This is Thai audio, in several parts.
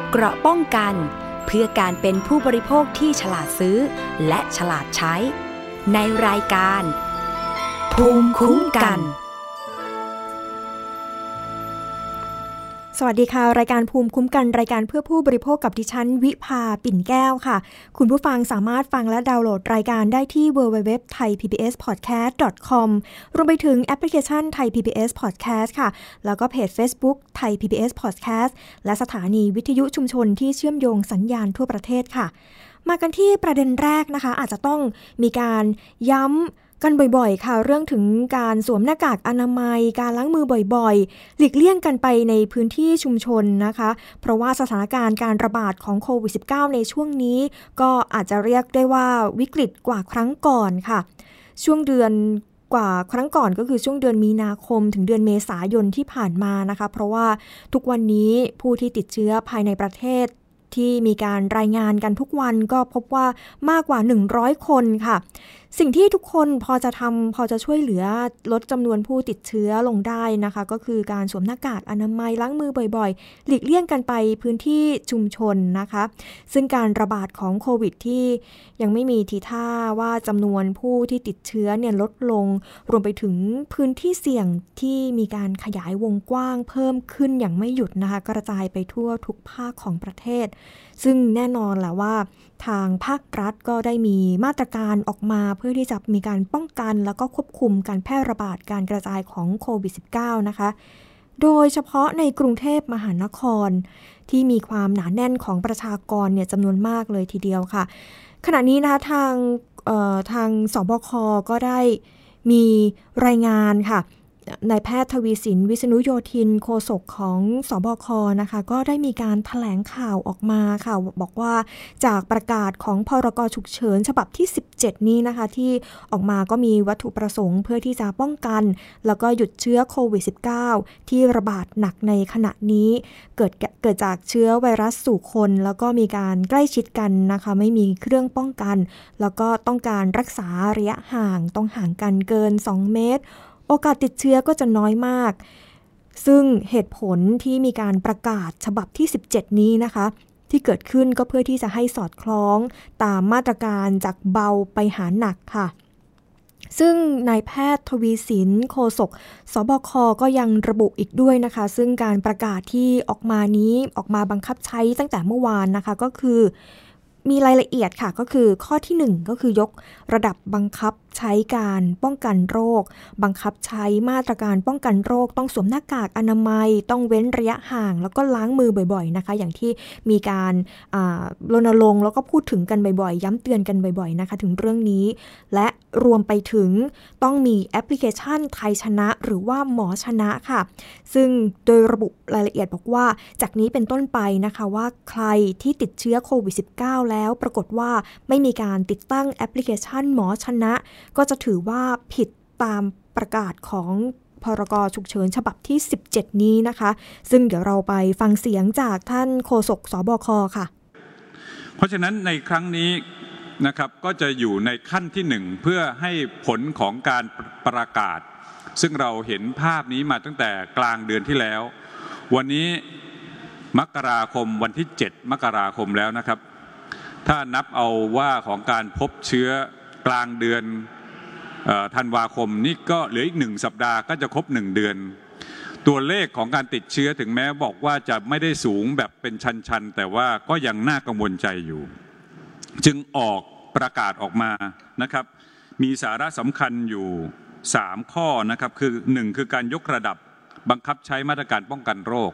เกราะป้องกันเพื่อการเป็นผู้บริโภคที่ฉลาดซื้อและฉลาดใช้ในรายการภูมิคุ้มกันสวัสดีค่ะรายการภูมิคุ้มกันรายการเพื่อผู้บริโภคกับดิฉันวิภาปิ่นแก้วค่ะคุณผู้ฟังสามารถฟังและดาวน์โหลดรายการได้ที่ www.thaipbspodcast.com รวมไปถึงแอปพลิเคชัน Thai PBS Podcast ค่ะแล้วก็เพจ Facebook Thai PBS Podcast และสถานีวิทยุชุมชนที่เชื่อมโยงสัญญาณทั่วประเทศค่ะมากันที่ประเด็นแรกนะคะอาจจะต้องมีการย้ำกันบ่อยๆค่ะเรื่องถึงการสวมหน้ากากอนามัยการล้างมือบ่อยๆหลีกเลี่ยงกันไปในพื้นที่ชุมชนนะคะเพราะว่าสถานการณ์การระบาดของโควิด -19 ในช่วงนี้ก็อาจจะเรียกได้ว่าวิกฤตกว่าครั้งก่อนค่ะช่วงเดือนกว่าครั้งก่อนก็คือช่วงเดือนมีนาคมถึงเดือนเมษายนที่ผ่านมานะคะเพราะว่าทุกวันนี้ผู้ที่ติดเชื้อภายในประเทศที่มีการรายงานกันทุกวันก็พบว่ามากกว่า100คนค่ะสิ่งที่ทุกคนพอจะช่วยเหลือลดจำนวนผู้ติดเชื้อลงได้นะคะก็คือการสวมหน้ากากอนามัยล้างมือบ่อยๆหลีกเลี่ยงกันไปพื้นที่ชุมชนนะคะซึ่งการระบาดของโควิดที่ยังไม่มีทีท่าว่าจำนวนผู้ที่ติดเชื้อเนี่ยลดลงรวมไปถึงพื้นที่เสี่ยงที่มีการขยายวงกว้างเพิ่มขึ้นอย่างไม่หยุดนะคะกระจายไปทั่วทุกภาคของประเทศซึ่งแน่นอนแหละว่าทางภาครัฐก็ได้มีมาตรการออกมาเพื่อที่จะมีการป้องกันแล้วก็ควบคุมการแพร่ระบาดการกระจายของโควิด -19 นะคะโดยเฉพาะในกรุงเทพมหานครที่มีความหนาแน่นของประชากรเนี่ยจำนวนมากเลยทีเดียวค่ะขณะนี้นะคะทางสบคก็ได้มีรายงานค่ะนายแพทย์ทวีสินวิษณุโยธินโฆษกของสบคนะคะก็ได้มีการแถลงข่าวออกมาค่ะบอกว่าจากประกาศของพรกฉุกเฉินฉบับที่17นี้นะคะที่ออกมาก็มีวัตถุประสงค์เพื่อที่จะป้องกันแล้วก็หยุดเชื้อโควิด -19 ที่ระบาดหนักในขณะนี้เกิดจากเชื้อไวรัสสู่คนแล้วก็มีการใกล้ชิดกันนะคะไม่มีเครื่องป้องกันแล้วก็ต้องการรักษาระยะห่างต้องห่างกันเกิน2 เมตรโอกาสติดเชื้อก็จะน้อยมากซึ่งเหตุผลที่มีการประกาศฉบับที่17นี้นะคะที่เกิดขึ้นก็เพื่อที่จะให้สอดคล้องตามมาตรการจากเบาไปหาหนักค่ะซึ่งนายแพทย์ทวีสินโฆษกสบคก็ยังระบุอีกด้วยนะคะซึ่งการประกาศที่ออกมานี้ออกมาบังคับใช้ตั้งแต่เมื่อวานนะคะก็คือมีรายละเอียดค่ะก็คือข้อที่1ก็คือยกระดับบังคับใช้การป้องกันโรคบังคับใช้มาตรการป้องกันโรคต้องสวมหน้ากากอนามัยต้องเว้นระยะห่างแล้วก็ล้างมือบ่อยๆนะคะอย่างที่มีการรณรงค์แล้วก็พูดถึงกันบ่อยๆย้ำเตือนกันบ่อยๆนะคะถึงเรื่องนี้และรวมไปถึงต้องมีแอปพลิเคชันไทยชนะหรือว่าหมอชนะค่ะซึ่งโดยระบุรายละเอียดบอกว่าจากนี้เป็นต้นไปนะคะว่าใครที่ติดเชื้อโควิด -19 แล้วปรากฏว่าไม่มีการติดตั้งแอปพลิเคชันหมอชนะก็จะถือว่าผิดตามประกาศของพรกฉุกเฉินฉบับที่17นี้นะคะซึ่งเดี๋ยวเราไปฟังเสียงจากท่านโฆษกสบคค่ะเพราะฉะนั้นในครั้งนี้นะครับก็จะอยู่ในขั้นที่1เพื่อให้ผลของการประกาศซึ่งเราเห็นภาพนี้มาตั้งแต่กลางเดือนที่แล้ววันนี้มกราคมวันที่7 มกราคมแล้วนะครับถ้านับเอาว่าของการพบเชื้อกลางเดือนธันวาคมนี่ก็เหลืออีก1 สัปดาห์ก็จะครบ1 เดือนตัวเลขของการติดเชื้อถึงแม้บอกว่าจะไม่ได้สูงแบบเป็นชันๆแต่ว่าก็ยังน่ากังวลใจอยู่จึงออกประกาศออกมานะครับมีสาระสำคัญอยู่3 ข้อนะครับคือ1คือการยกระดับบังคับใช้มาตรการป้องกันโรค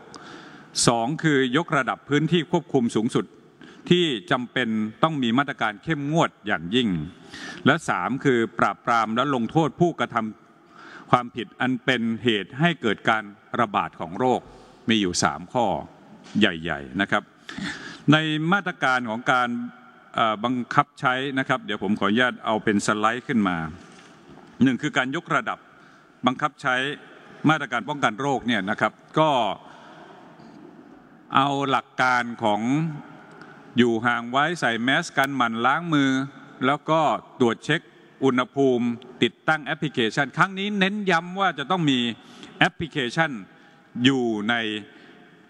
2คือยกระดับพื้นที่ควบคุมสูงสุดที่จำเป็นต้องมีมาตรการเข้มงวดอย่างยิ่งและ3คือปราบปรามและลงโทษผู้กระทำความผิดอันเป็นเหตุให้เกิดการระบาดของโรคมีอยู่3 ข้อใหญ่ๆนะครับในมาตรการของการบังคับใช้นะครับเดี๋ยวผมขออนุญาตเอาเป็นสไลด์ขึ้นมา1คือการยกระดับบังคับใช้มาตรการป้องกันโรคเนี่ยนะครับก็เอาหลักการของอยู่ห่างไว้ใส่แมสกันหมั่นล้างมือแล้วก็ตรวจเช็คอุณหภูมิติดตั้งแอปพลิเคชันครั้งนี้เน้นย้ำว่าจะต้องมีแอปพลิเคชันอยู่ใน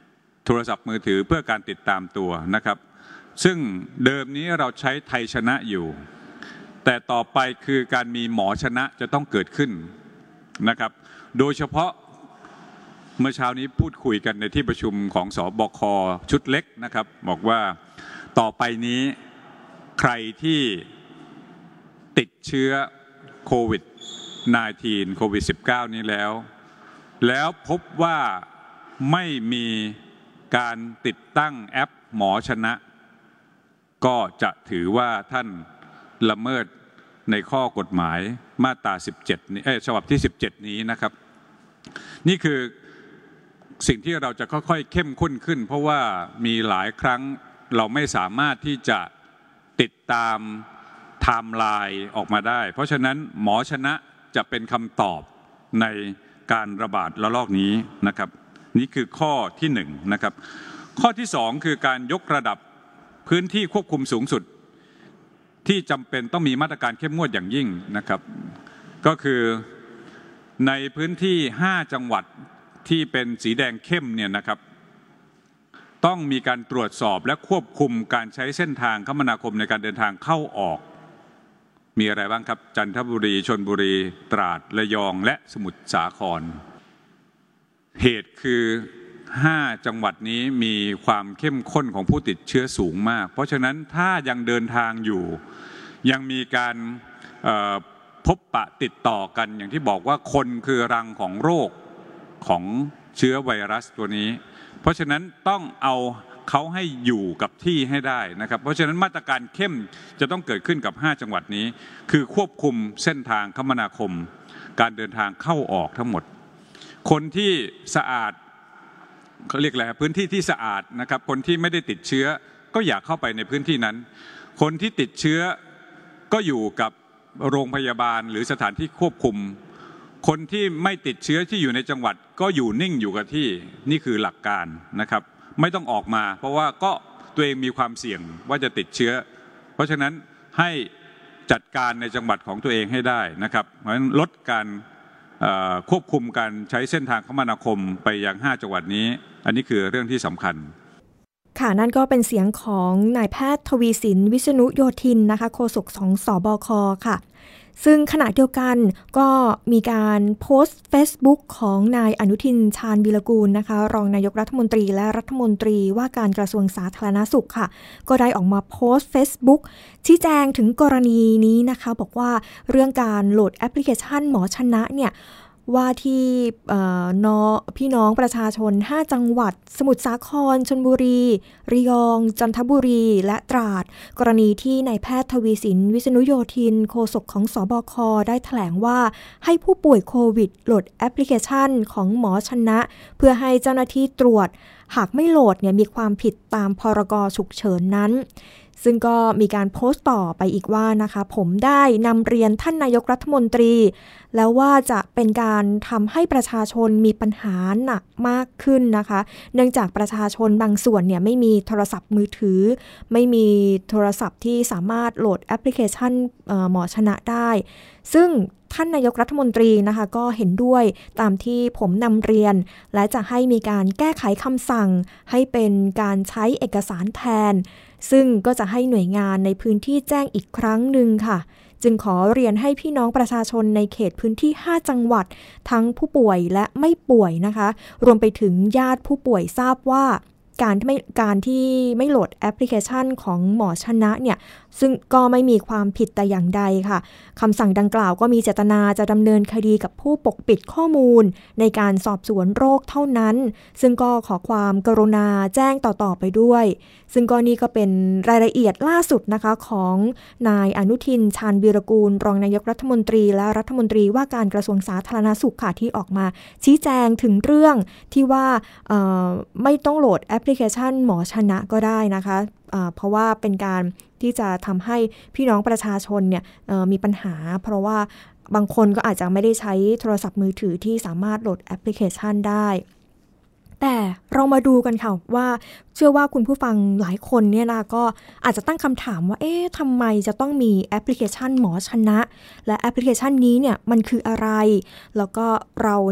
โทรศัพท์มือถือเพื่อการติดตามตัวนะครับซึ่งเดิมนี้เราใช้ไทยชนะอยู่แต่ต่อไปคือการมีหมอชนะจะต้องเกิดขึ้นนะครับโดยเฉพาะเมื่อเช้านี้พูดคุยกันในที่ประชุมของสบคชุดเล็กนะครับบอกว่าต่อไปนี้ใครที่ติดเชื้อโควิด-19 โควิด-19 นี้แล้วพบว่าไม่มีการติดตั้งแอปหมอชนะก็จะถือว่าท่านละเมิดในข้อกฎหมายมาตรา17นี้ฉบับที่17นี้นะครับนี่คือสิ่งที่เราจะค่อยๆเข้มข้นขึ้นเพราะว่ามีหลายครั้งเราไม่สามารถที่จะติดตามไทม์ไลน์ออกมาได้เพราะฉะนั้นหมอชนะจะเป็นคำตอบในการระบาดระลอกนี้นะครับนี่คือข้อที่1นะครับข้อที่2คือการยกระดับพื้นที่ควบคุมสูงสุดที่จำเป็นต้องมีมาตรการเข้มงวดอย่างยิ่งนะครับก็คือในพื้นที่5จังหวัดที่เป็นสีแดงเข้มเนี่ยนะครับต้องมีการตรวจสอบและควบคุมการใช้เส้นทางคมนาคมในการเดินทางเข้าออกมีอะไรบ้างครับจันทบุรีชลบุรีตราดระยองและสมุทรสาครเหตุคือ5จังหวัดนี้มีความเข้มข้นของผู้ติดเชื้อสูงมากเพราะฉะนั้นถ้ายังเดินทางอยู่ยังมีการพบปะติดต่อกันอย่างที่บอกว่าคนคือรังของโรคของเชื้อไวรัสตัวนี้เพราะฉะนั้นต้องเอาเขาให้อยู่กับที่ให้ได้นะครับเพราะฉะนั้นมาตรการเข้มจะต้องเกิดขึ้นกับ5จังหวัดนี้คือควบคุมเส้นทางคมนาคมการเดินทางเข้าออกทั้งหมดคนที่สะอาดเขาเรียกอะไรพื้นที่ที่สะอาดนะครับคนที่ไม่ได้ติดเชื้อก็อย่าเข้าไปในพื้นที่นั้นคนที่ติดเชื้อก็อยู่กับโรงพยาบาลหรือสถานที่ควบคุมคนที่ไม่ติดเชื้อที่อยู่ในจังหวัดก็อยู่นิ่งอยู่กับที่นี่คือหลักการนะครับไม่ต้องออกมาเพราะว่าก็ตัวเองมีความเสี่ยงว่าจะติดเชื้อเพราะฉะนั้นให้จัดการในจังหวัดของตัวเองให้ได้นะครับเพราะฉะนั้นลดการควบคุมการใช้เส้นทางคมนาคมไปยัง5จังหวัดนี้อันนี้คือเรื่องที่สำคัญค่ะนั่นก็เป็นเสียงของนายแพทย์ทวีสินวิษณุโยธินนะคะโฆษกของสบคค่ะซึ่งขณะเดียวกันก็มีการโพสต์ Facebook ของนายอนุทินชาญวีรกูลนะคะรองนายกรัฐมนตรีและรัฐมนตรีว่าการกระทรวงสาธารณสุขค่ะก็ได้ออกมาโพสต์ Facebook ชี้แจงถึงกรณีนี้นะคะบอกว่าเรื่องการโหลดแอปพลิเคชันหมอชนะเนี่ยว่าที่พี่น้องประชาชน5จังหวัดสมุทรสาครชลบุรีระยองจันทบุรีและตราดกรณีที่นายแพทย์ทวีสินวิษณุโยธินโฆษกของสบคได้แถลงว่าให้ผู้ป่วยโควิดโหลดแอปพลิเคชันของหมอชนะเพื่อให้เจ้าหน้าที่ตรวจหากไม่โหลดเนี่ยมีความผิดตามพรก.ฉุกเฉินนั้นซึ่งก็มีการโพสต์ต่อไปอีกว่านะคะผมได้นำเรียนท่านนายกรัฐมนตรีแล้วว่าจะเป็นการทำให้ประชาชนมีปัญหาหนักมากขึ้นนะคะเนื่องจากประชาชนบางส่วนเนี่ยไม่มีโทรศัพท์มือถือไม่มีโทรศัพท์ที่สามารถโหลดแอปพลิเคชันหมอชนะได้ซึ่งท่านนายกรัฐมนตรีนะคะก็เห็นด้วยตามที่ผมนำเรียนและจะให้มีการแก้ไขคำสั่งให้เป็นการใช้เอกสารแทนซึ่งก็จะให้หน่วยงานในพื้นที่แจ้งอีกครั้งหนึ่งค่ะจึงขอเรียนให้พี่น้องประชาชนในเขตพื้นที่5จังหวัดทั้งผู้ป่วยและไม่ป่วยนะคะรวมไปถึงญาติผู้ป่วยทราบว่าการที่ไม่โหลดแอปพลิเคชันของหมอชนะเนี่ยซึ่งก็ไม่มีความผิดแต่อย่างใดค่ะคำสั่งดังกล่าวก็มีเจตนาจะดำเนินคดีกับผู้ปกปิดข้อมูลในการสอบสวนโรคเท่านั้นซึ่งก็ขอความกรุณาแจ้งต่อไปด้วยซึ่งก็นี่ก็เป็นรายละเอียดล่าสุดนะคะของนายอนุทินชาญวีรกูลรองนายกรัฐมนตรีและรัฐมนตรีว่าการกระทรวงสาธารณสุขค่ะที่ออกมาชี้แจงถึงเรื่องที่ว่าไม่ต้องโหลดแอปพลิเคชันหมอชนะก็ได้นะคะเพราะว่าเป็นการที่จะทำให้พี่น้องประชาชนเนี่ยมีปัญหาเพราะว่าบางคนก็อาจจะไม่ได้ใช้โทรศัพท์มือถือที่สามารถโหลดแอปพลิเคชันได้แต่เรามาดูกันค่ะว่าเชื่อว่าคุณผู้ฟังหลายคนเนี่ยนะก็อาจจะตั้งคำถามว่าทำไมจะต้องมีแอปพลิเคชันหมอชนะและแอปพลิเคชันนี้เนี่ยมันคืออะไรแล้วก็เราเนี่ย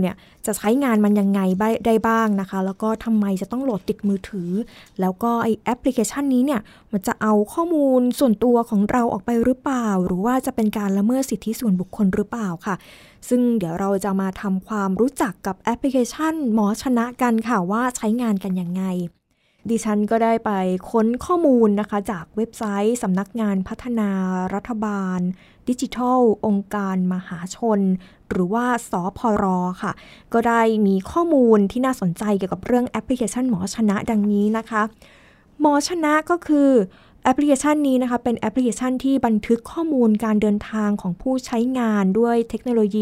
จะใช้งานมันยังไงได้บ้างนะคะแล้วก็ทำไมจะต้องโหลดติดมือถือแล้วก็ไอแอปพลิเคชันนี้เนี่ยมันจะเอาข้อมูลส่วนตัวของเราออกไปหรือเปล่าหรือว่าจะเป็นการละเมิดสิทธิส่วนบุคคลหรือเปล่าค่ะซึ่งเดี๋ยวเราจะมาทำความรู้จักกับแอปพลิเคชันหมอชนะกันค่ะว่าใช้งานกันยังไงดิฉันก็ได้ไปค้นข้อมูลนะคะจากเว็บไซต์สำนักงานพัฒนารัฐบาลดิจิทัลองค์การมหาชนหรือว่าสพร.ค่ะก็ได้มีข้อมูลที่น่าสนใจเกี่ยวกับเรื่องแอปพลิเคชันหมอชนะดังนี้นะคะหมอชนะก็คือแอปพลิเคชันนี้นะคะเป็นแอปพลิเคชันที่บันทึกข้อมูลการเดินทางของผู้ใช้งานด้วยเทคโนโลยี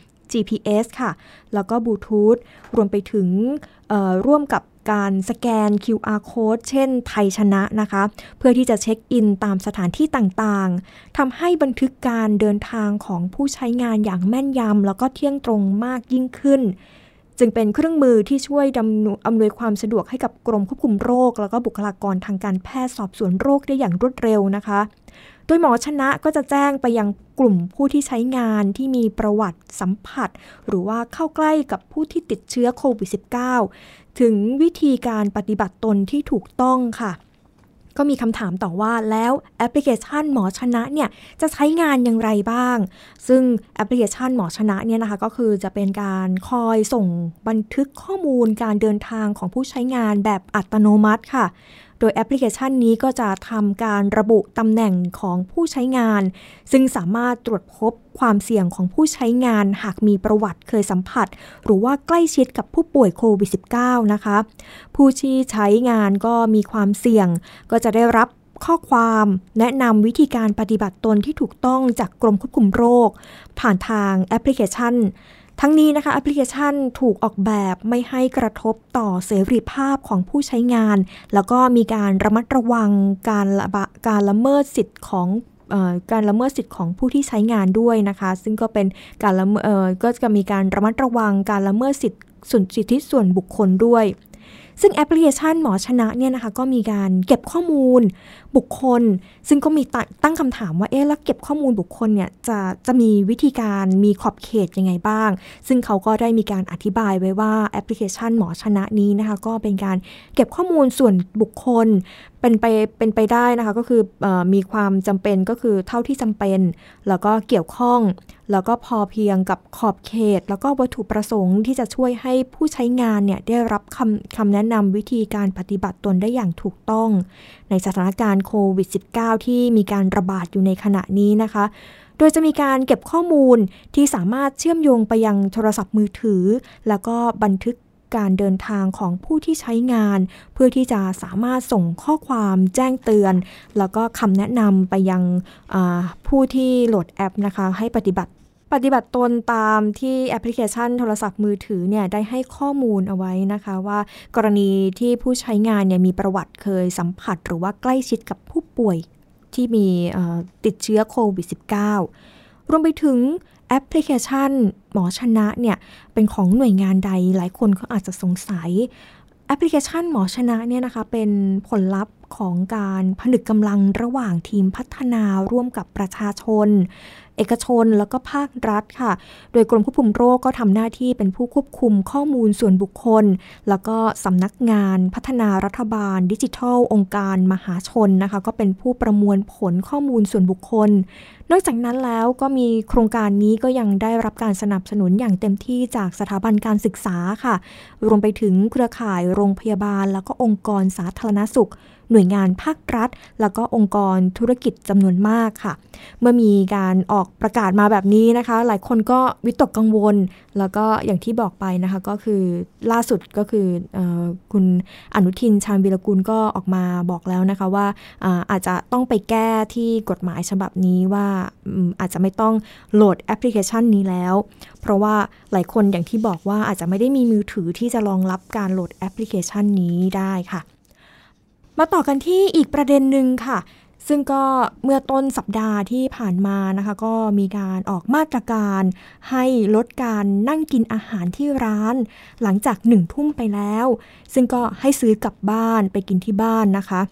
GPS ค่ะแล้วก็บลูทูธรวมไปถึงร่วมกับการสแกน QR code เช่นไทยชนะนะคะเพื่อที่จะเช็คอินตามสถานที่ต่างๆทำให้บันทึกการเดินทางของผู้ใช้งานอย่างแม่นยำแล้วก็เที่ยงตรงมากยิ่งขึ้นจึงเป็นเครื่องมือที่ช่วยอำนวยความสะดวกให้กับกรมควบคุมโรคแล้วก็บุคลากรทางการแพทย์สอบสวนโรคได้อย่างรวดเร็วนะคะโดยหมอชนะก็จะแจ้งไปยังกลุ่มผู้ที่ใช้งานที่มีประวัติสัมผัสหรือว่าเข้าใกล้กับผู้ที่ติดเชื้อโควิด -19 ถึงวิธีการปฏิบัติตนที่ถูกต้องค่ะก็มีคำถามต่อว่าแล้วแอปพลิเคชันหมอชนะเนี่ยจะใช้งานอย่างไรบ้างซึ่งแอปพลิเคชันหมอชนะเนี่ยนะคะก็คือจะเป็นการคอยส่งบันทึกข้อมูลการเดินทางของผู้ใช้งานแบบอัตโนมัติค่ะโดยแอปพลิเคชันนี้ก็จะทำการระบุตำแหน่งของผู้ใช้งานซึ่งสามารถตรวจพบความเสี่ยงของผู้ใช้งานหากมีประวัติเคยสัมผัสหรือว่าใกล้ชิดกับผู้ป่วยโควิด -19 นะคะผู้ที่ใช้งานก็มีความเสี่ยงก็จะได้รับข้อความแนะนำวิธีการปฏิบัติตนที่ถูกต้องจากกรมควบคุมโรคผ่านทางแอปพลิเคชันทั้งนี้นะคะแอปพลิเคชันถูกออกแบบไม่ให้กระทบต่อเสรีภาพของผู้ใช้งานแล้วก็มีการระมัดระวังการละเมิดสิทธิ์ของผู้ที่ใช้งานด้วยนะคะซึ่งก็เป็นการก็จะมีการระมัดระวังการละเมิดสิทธิส่วนบุคคลด้วยซึ่งแอปพลิเคชันหมอชนะเนี่ยนะคะก็มีการเก็บข้อมูลบุคคลซึ่งก็มีตั้งคำถามว่าแล้วเก็บข้อมูลบุคคลเนี่ยจะมีวิธีการมีขอบเขตยังไงบ้างซึ่งเขาก็ได้มีการอธิบายไว้ว่าแอปพลิเคชันหมอชนะนี้นะคะก็เป็นการเก็บข้อมูลส่วนบุคคลเป็นไปได้นะคะก็คือมีความจำเป็นก็คือเท่าที่จำเป็นแล้วก็เกี่ยวข้องแล้วก็พอเพียงกับขอบเขตแล้วก็วัตถุประสงค์ที่จะช่วยให้ผู้ใช้งานเนี่ยได้รับคำแนะนำวิธีการปฏิบัติตนได้อย่างถูกต้องในสถานการณ์โควิด -19 ที่มีการระบาดอยู่ในขณะนี้นะคะโดยจะมีการเก็บข้อมูลที่สามารถเชื่อมโยงไปยังโทรศัพท์มือถือแล้วก็บันทึกการเดินทางของผู้ที่ใช้งานเพื่อที่จะสามารถส่งข้อความแจ้งเตือนแล้วก็คำแนะนำไปยังผู้ที่โหลดแอปนะคะให้ปฏิบัติตนตามที่แอปพลิเคชันโทรศัพท์มือถือเนี่ยได้ให้ข้อมูลเอาไว้นะคะว่ากรณีที่ผู้ใช้งานเนี่ยมีประวัติเคยสัมผัสหรือว่าใกล้ชิดกับผู้ป่วยที่มีติดเชื้อโควิด -19 รวมไปถึงแอปพลิเคชันหมอชนะเนี่ยเป็นของหน่วยงานใดหลายคนก็อาจจะสงสัยแอปพลิเคชันหมอชนะเนี่ยนะคะเป็นผลลัพธ์ของการผนึกกำลังระหว่างทีมพัฒนาร่วมกับประชาชนเอกชนแล้วก็ภาครัฐค่ะโดยกรมควบคุมโรคก็ทำหน้าที่เป็นผู้ควบคุมข้อมูลส่วนบุคคลแล้วก็สำนักงานพัฒนารัฐบาลดิจิทัลองค์การมหาชนนะคะก็เป็นผู้ประมวลผลข้อมูลส่วนบุคคลนอกจากนั้นแล้วก็มีโครงการนี้ก็ยังได้รับการสนับสนุนอย่างเต็มที่จากสถาบันการศึกษาค่ะรวมไปถึงเครือข่ายโรงพยาบาลแล้วก็องค์กรสาธารณสุขหน่วยงานภาครัฐแล้วก็องค์กรธุรกิจจำนวนมากค่ะเมื่อมีการออกประกาศมาแบบนี้นะคะหลายคนก็วิตกกังวลแล้วก็อย่างที่บอกไปนะคะก็คือล่าสุดก็คือคุณอนุทินชาญวีรกูลก็ออกมาบอกแล้วนะคะว่าอาจจะต้องไปแก้ที่กฎหมายฉบับนี้ว่าอาจจะไม่ต้องโหลดแอปพลิเคชันนี้แล้วเพราะว่าหลายคนอย่างที่บอกว่าอาจจะไม่ได้มีมือถือที่จะรองรับการโหลดแอปพลิเคชันนี้ได้ค่ะมาต่อกันที่อีกประเด็นหนึ่งค่ะซึ่งก็เมื่อต้นสัปดาห์ที่ผ่านมานะคะก็มีการออกมาตรการให้ลดการนั่งกินอาหารที่ร้านหลังจาก 1 ทุ่มไปแล้วซึ่งก็ให้ซื้อกลับบ้านไปกินที่บ้านนะคะ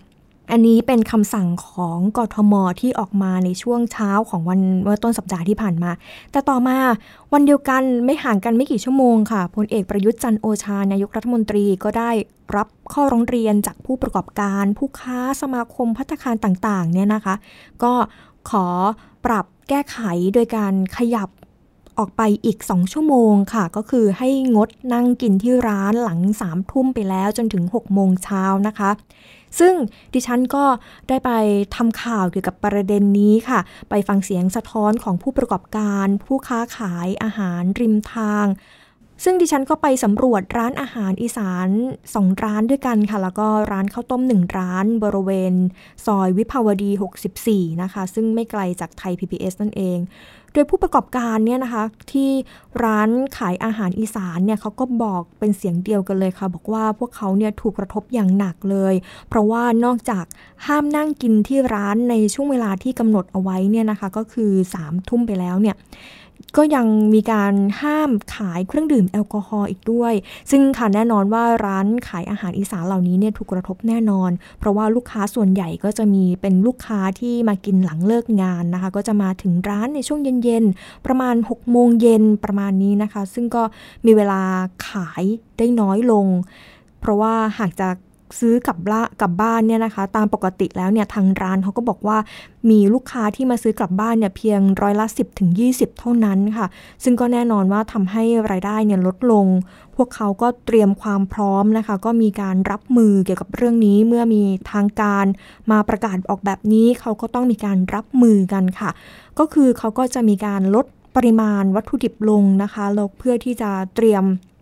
อันนี้เป็นคำสั่งของกทม.ที่ออกมาในช่วงเช้าของวันต้นสัปดาห์ที่ผ่านมาแต่ต่อมาวันเดียวกันไม่ห่างกันไม่กี่ชั่วโมงค่ะพลเอกประยุทธ์จันทร์โอชานายกรัฐมนตรีก็ได้รับข้อร้องเรียนจากผู้ประกอบการผู้ค้าสมาคมภัตตาคารต่างๆเนี่ยนะคะก็ขอปรับแก้ไขโดยการขยับออกไปอีก2ชั่วโมงค่ะก็คือให้งดนั่งกินที่ร้านหลัง 3 ทุ่มไปแล้วจนถึง 6 โมงเช้านะคะซึ่งดิฉันก็ได้ไปทำข่าวเกี่ยวกับประเด็นนี้ค่ะไปฟังเสียงสะท้อนของผู้ประกอบการผู้ค้าขายอาหารริมทางซึ่งดิฉันก็ไปสำรวจร้านอาหารอีสาน2ร้านด้วยกันค่ะแล้วก็ร้านข้าวต้ม1ร้านบริเวณซอยวิภาวดี64นะคะซึ่งไม่ไกลจากไทย PBS นั่นเองโดยผู้ประกอบการเนี่ยนะคะที่ร้านขายอาหารอีสานเนี่ยเขาก็บอกเป็นเสียงเดียวกันเลยค่ะบอกว่าพวกเขาเนี่ยถูกกระทบอย่างหนักเลยเพราะว่านอกจากห้ามนั่งกินที่ร้านในช่วงเวลาที่กำหนดเอาไว้เนี่ยนะคะก็คือ 3 ทุ่มไปแล้วเนี่ยก็ยังมีการห้ามขายเครื่องดื่มแอลกอฮอล์อีกด้วยซึ่งค่ะแน่นอนว่าร้านขายอาหารอีสานเหล่านี้เนี่ยถูกกระทบแน่นอนเพราะว่าลูกค้าส่วนใหญ่ก็จะมีเป็นลูกค้าที่มากินหลังเลิกงานนะคะก็จะมาถึงร้านในช่วงเย็นๆประมาณ 6 โมงเย็นประมาณนี้นะคะซึ่งก็มีเวลาขายได้น้อยลงเพราะว่าหากจะซื้อกลับบ้านเนี่ยนะคะตามปกติแล้วเนี่ยทางร้านเขาก็บอกว่ามีลูกค้าที่มาซื้อกลับบ้านเนี่ยเพียง10-20%เท่านั้นค่ะซึ่งก็แน่นอนว่าทำให้รายได้เนี่ยลดลงพวกเขาก็เตรียมความพร้อมนะคะก็มีการรับมือเกี่ยวกับเรื่องนี้เมื่อมีทางการมาประกาศออกแบบนี้เขาก็ต้องมีการรับมือกันค่ะก็คือเขาก็จะมีการลดปริมาณวัตถุดิบลงนะคะแล้วเพื่อที่จะเตรียม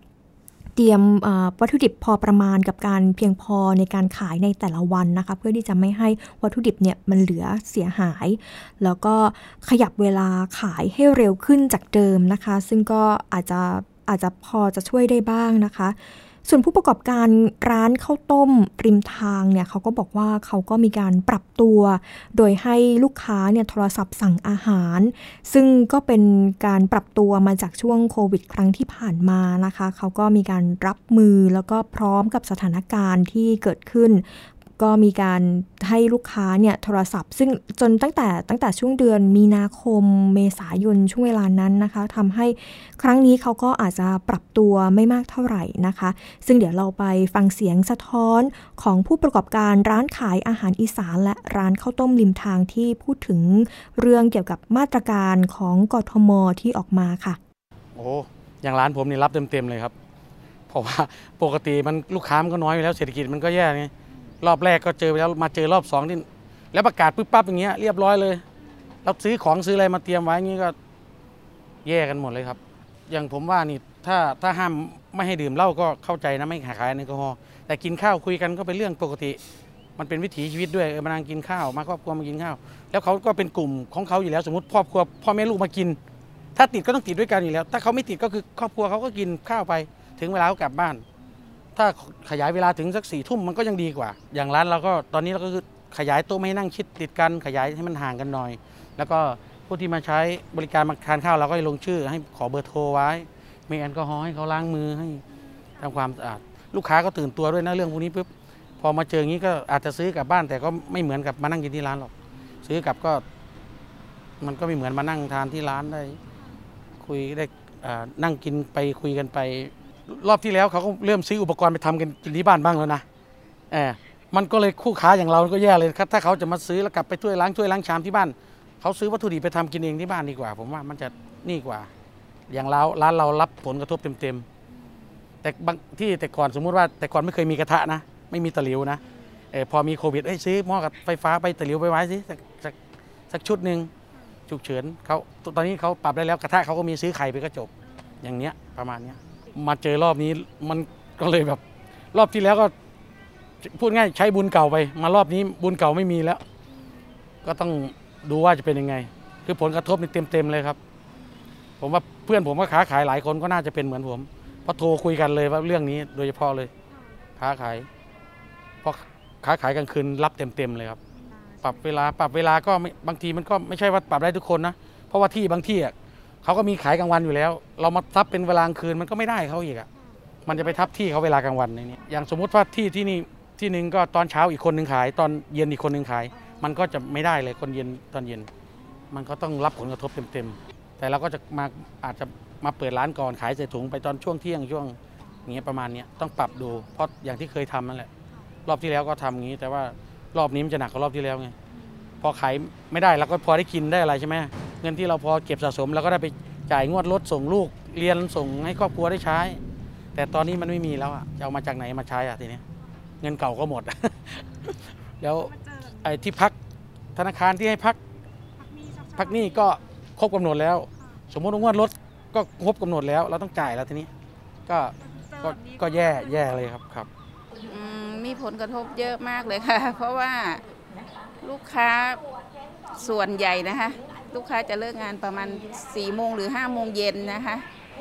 วัตถุดิบพอประมาณกับการเพียงพอในการขายในแต่ละวันนะคะเพื่อที่จะไม่ให้วัตถุดิบเนี่ยมันเหลือเสียหายแล้วก็ขยับเวลาขายให้เร็วขึ้นจากเดิมนะคะซึ่งก็อาจจะพอจะช่วยได้บ้างนะคะส่วนผู้ประกอบการร้านข้าวต้มริมทางเนี่ยเขาก็บอกว่าเขาก็มีการปรับตัวโดยให้ลูกค้าเนี่ยโทรศัพท์สั่งอาหารซึ่งก็เป็นการปรับตัวมาจากช่วงโควิดครั้งที่ผ่านมานะคะเขาก็มีการรับมือแล้วก็พร้อมกับสถานการณ์ที่เกิดขึ้นก็มีการให้ลูกค้าเนี่ยโทรศัพท์ซึ่งจนตั้งแต่ช่วงเดือนมีนาคมเมษายนช่วงเวลานั้นนะคะทำให้ครั้งนี้เขาก็อาจจะปรับตัวไม่มากเท่าไหร่นะคะซึ่งเดี๋ยวเราไปฟังเสียงสะท้อนของผู้ประกอบการร้านขายอาหารอีสานและร้านข้าวต้มริมทางที่พูดถึงเรื่องเกี่ยวกับมาตรการของกทม.ที่ออกมาค่ะโอ้อย่างร้านผมนี่รับเต็มเลยครับเพราะว่าปกติมันลูกค้ามันก็น้อยอยู่แล้วเศรษฐกิจมันก็แย่ไงรอบแรกก็เจอไปแล้วมาเจอรอบ2ที่แล้วประกาศปึ๊บปั๊บอย่างเงี้ยเรียบร้อยเลยเราซื้อของซื้ออะไรมาเตรียมไว้อย่างงี้ก็แย่กันหมดเลยครับอย่างผมว่านี่ถ้าห้ามไม่ให้ดื่มเหล้าก็เข้าใจนะไม่ขายแอลกอฮอล์แต่กินข้าวคุยกันก็เป็นเรื่องปกติมันเป็นวิถีชีวิตด้วยมานั่งกินข้าวมาครอบครัวมากินข้าวแล้วเขาก็เป็นกลุ่มของเขาอยู่แล้วสมมติครอบครัวพ่อแม่ลูกมากินถ้าติดก็ต้องติดด้วยกันอยู่แล้วถ้าเขาไม่ติดก็คือครอบครัวเขาก็กินข้าวไปถึงเวลาเขากลับบ้านถ้าขยายเวลาถึงสัก4 ทุ่มมันก็ยังดีกว่าอย่างร้านเราก็ตอนนี้เราก็คือขยายโต๊ะไม่ให้นั่งชิดติดกันขยายให้มันห่างกันหน่อยแล้วก็ผู้ที่มาใช้บริการมาทานข้าวเราก็ลงชื่อให้ขอเบอร์โทรไว้มีแอลกอฮอล์ให้เขาล้างมือให้ทำความสะอาดลูกค้าก็ตื่นตัวด้วยนะเรื่องพวกนี้ปุ๊บพอมาเจออย่างนี้ก็อาจจะซื้อกลับบ้านแต่ก็ไม่เหมือนกับมานั่งกินที่ร้านหรอกซื้อกลับก็มันก็ไม่เหมือนมานั่งทานที่ร้านได้คุยได้นั่งกินไปคุยกันไปรอบที่แล้วเขาก็เริ่มซื้ออุปกรณ์ไปทำกันกินที่บ้านบ้างแล้วนะมันก็เลยคู่ค้าอย่างเราก็แย่เลยครับถ้าเขาจะมาซื้อแล้วกลับไปถ้วยล้างชามที่บ้านเขาซื้อวัตถุดิบไปทำกินเองที่บ้านดีกว่าผมว่ามันจะนี่กว่าอย่างร้านเรารับผลกระทบเต็มแต่บางที่แต่ก่อนสมมุติว่าแต่ก่อนไม่เคยมีกระทะนะไม่มีตะหลิวนะพอมีโควิดซื้อหม้อกับไฟฟ้าไปตะหลิวไปไว้สิสักชุดหนึ่งฉุกเฉินเขาตอนนี้เขาปรับได้แล้วกระทะเขาก็มีซื้อไข่ไปก็จบอย่างเนี้ยประมาณเนี้ยมาเจอรอบนี้มันก็เลยแบบรอบที่แล้วก็พูดง่ายใช้บุญเก่าไปมารอบนี้บุญเก่าไม่มีแล้วก็ต้องดูว่าจะเป็นยังไงคือผลกระทบนี่เต็มเลยครับผมว่าเพื่อนผมก็ค้าขายหลายคนก็น่าจะเป็นเหมือนผมเพราะโทรคุยกันเลยว่าเรื่องนี้โดยเฉพาะเลยค้าขายเพราะค้าขายกลางคืนรับเต็มเลยครับปรับเวลาก็บางทีมันก็ไม่ใช่ว่าปรับได้ทุกคนนะเพราะว่าที่บางที่เขาก็มีขายกลางวันอยู่แล้วเรามาทับเป็นเวลากลางคืนมันก็ไม่ได้เขาอีกมันจะไปทับที่เขาเวลากลางวันในนี้อย่างสมมุติว่าที่นี่ที่หนึ่งก็ตอนเช้าอีกคนหนึ่งขายตอนเย็นอีกคนหนึ่งขายมันก็จะไม่ได้เลยคนเย็นตอนเย็นมันก็ต้องรับผลกระทบเต็มๆแต่เราก็จะอาจจะมาเปิดร้านก่อนขายใส่ถุงไปตอนช่วงเที่ยงช่วงอย่างเงี้ยประมาณนี้ต้องปรับดูเพราะอย่างที่เคยทำนั่นแหละรอบที่แล้วก็ทำอย่างนี้แต่ว่ารอบนี้มันจะหนักกว่ารอบที่แล้วไงพอขายไม่ได้เราก็พอได้กินได้อะไรใช่ไหมเงินที่เราพอเก็บสะสมเราก็ได้ไปจ่ายงวดรถส่งลูกเรียนส่งให้ครอบครัวได้ใช้แต่ตอนนี้มันไม่มีแล้วจะเอามาจากไหนมาใช้ทีนี้เงินเก่าก็หมด แล้วไอ้ที่พักธนาคารที่ให้พักหนี้ก็ครบกำหนดแล้วสมมติว่างวดรถก็ครบกำหนดแล้วเราต้องจ่ายแล้วทีนี้ก็แย่เลยครับมีผลกระทบเยอะมากเลยค่ะเพราะว่าลูกค้าส่วนใหญ่นะคะลูกค้าจะเลิกงานประมาณ4 โมงหรือ5 โมงเย็นนะคะ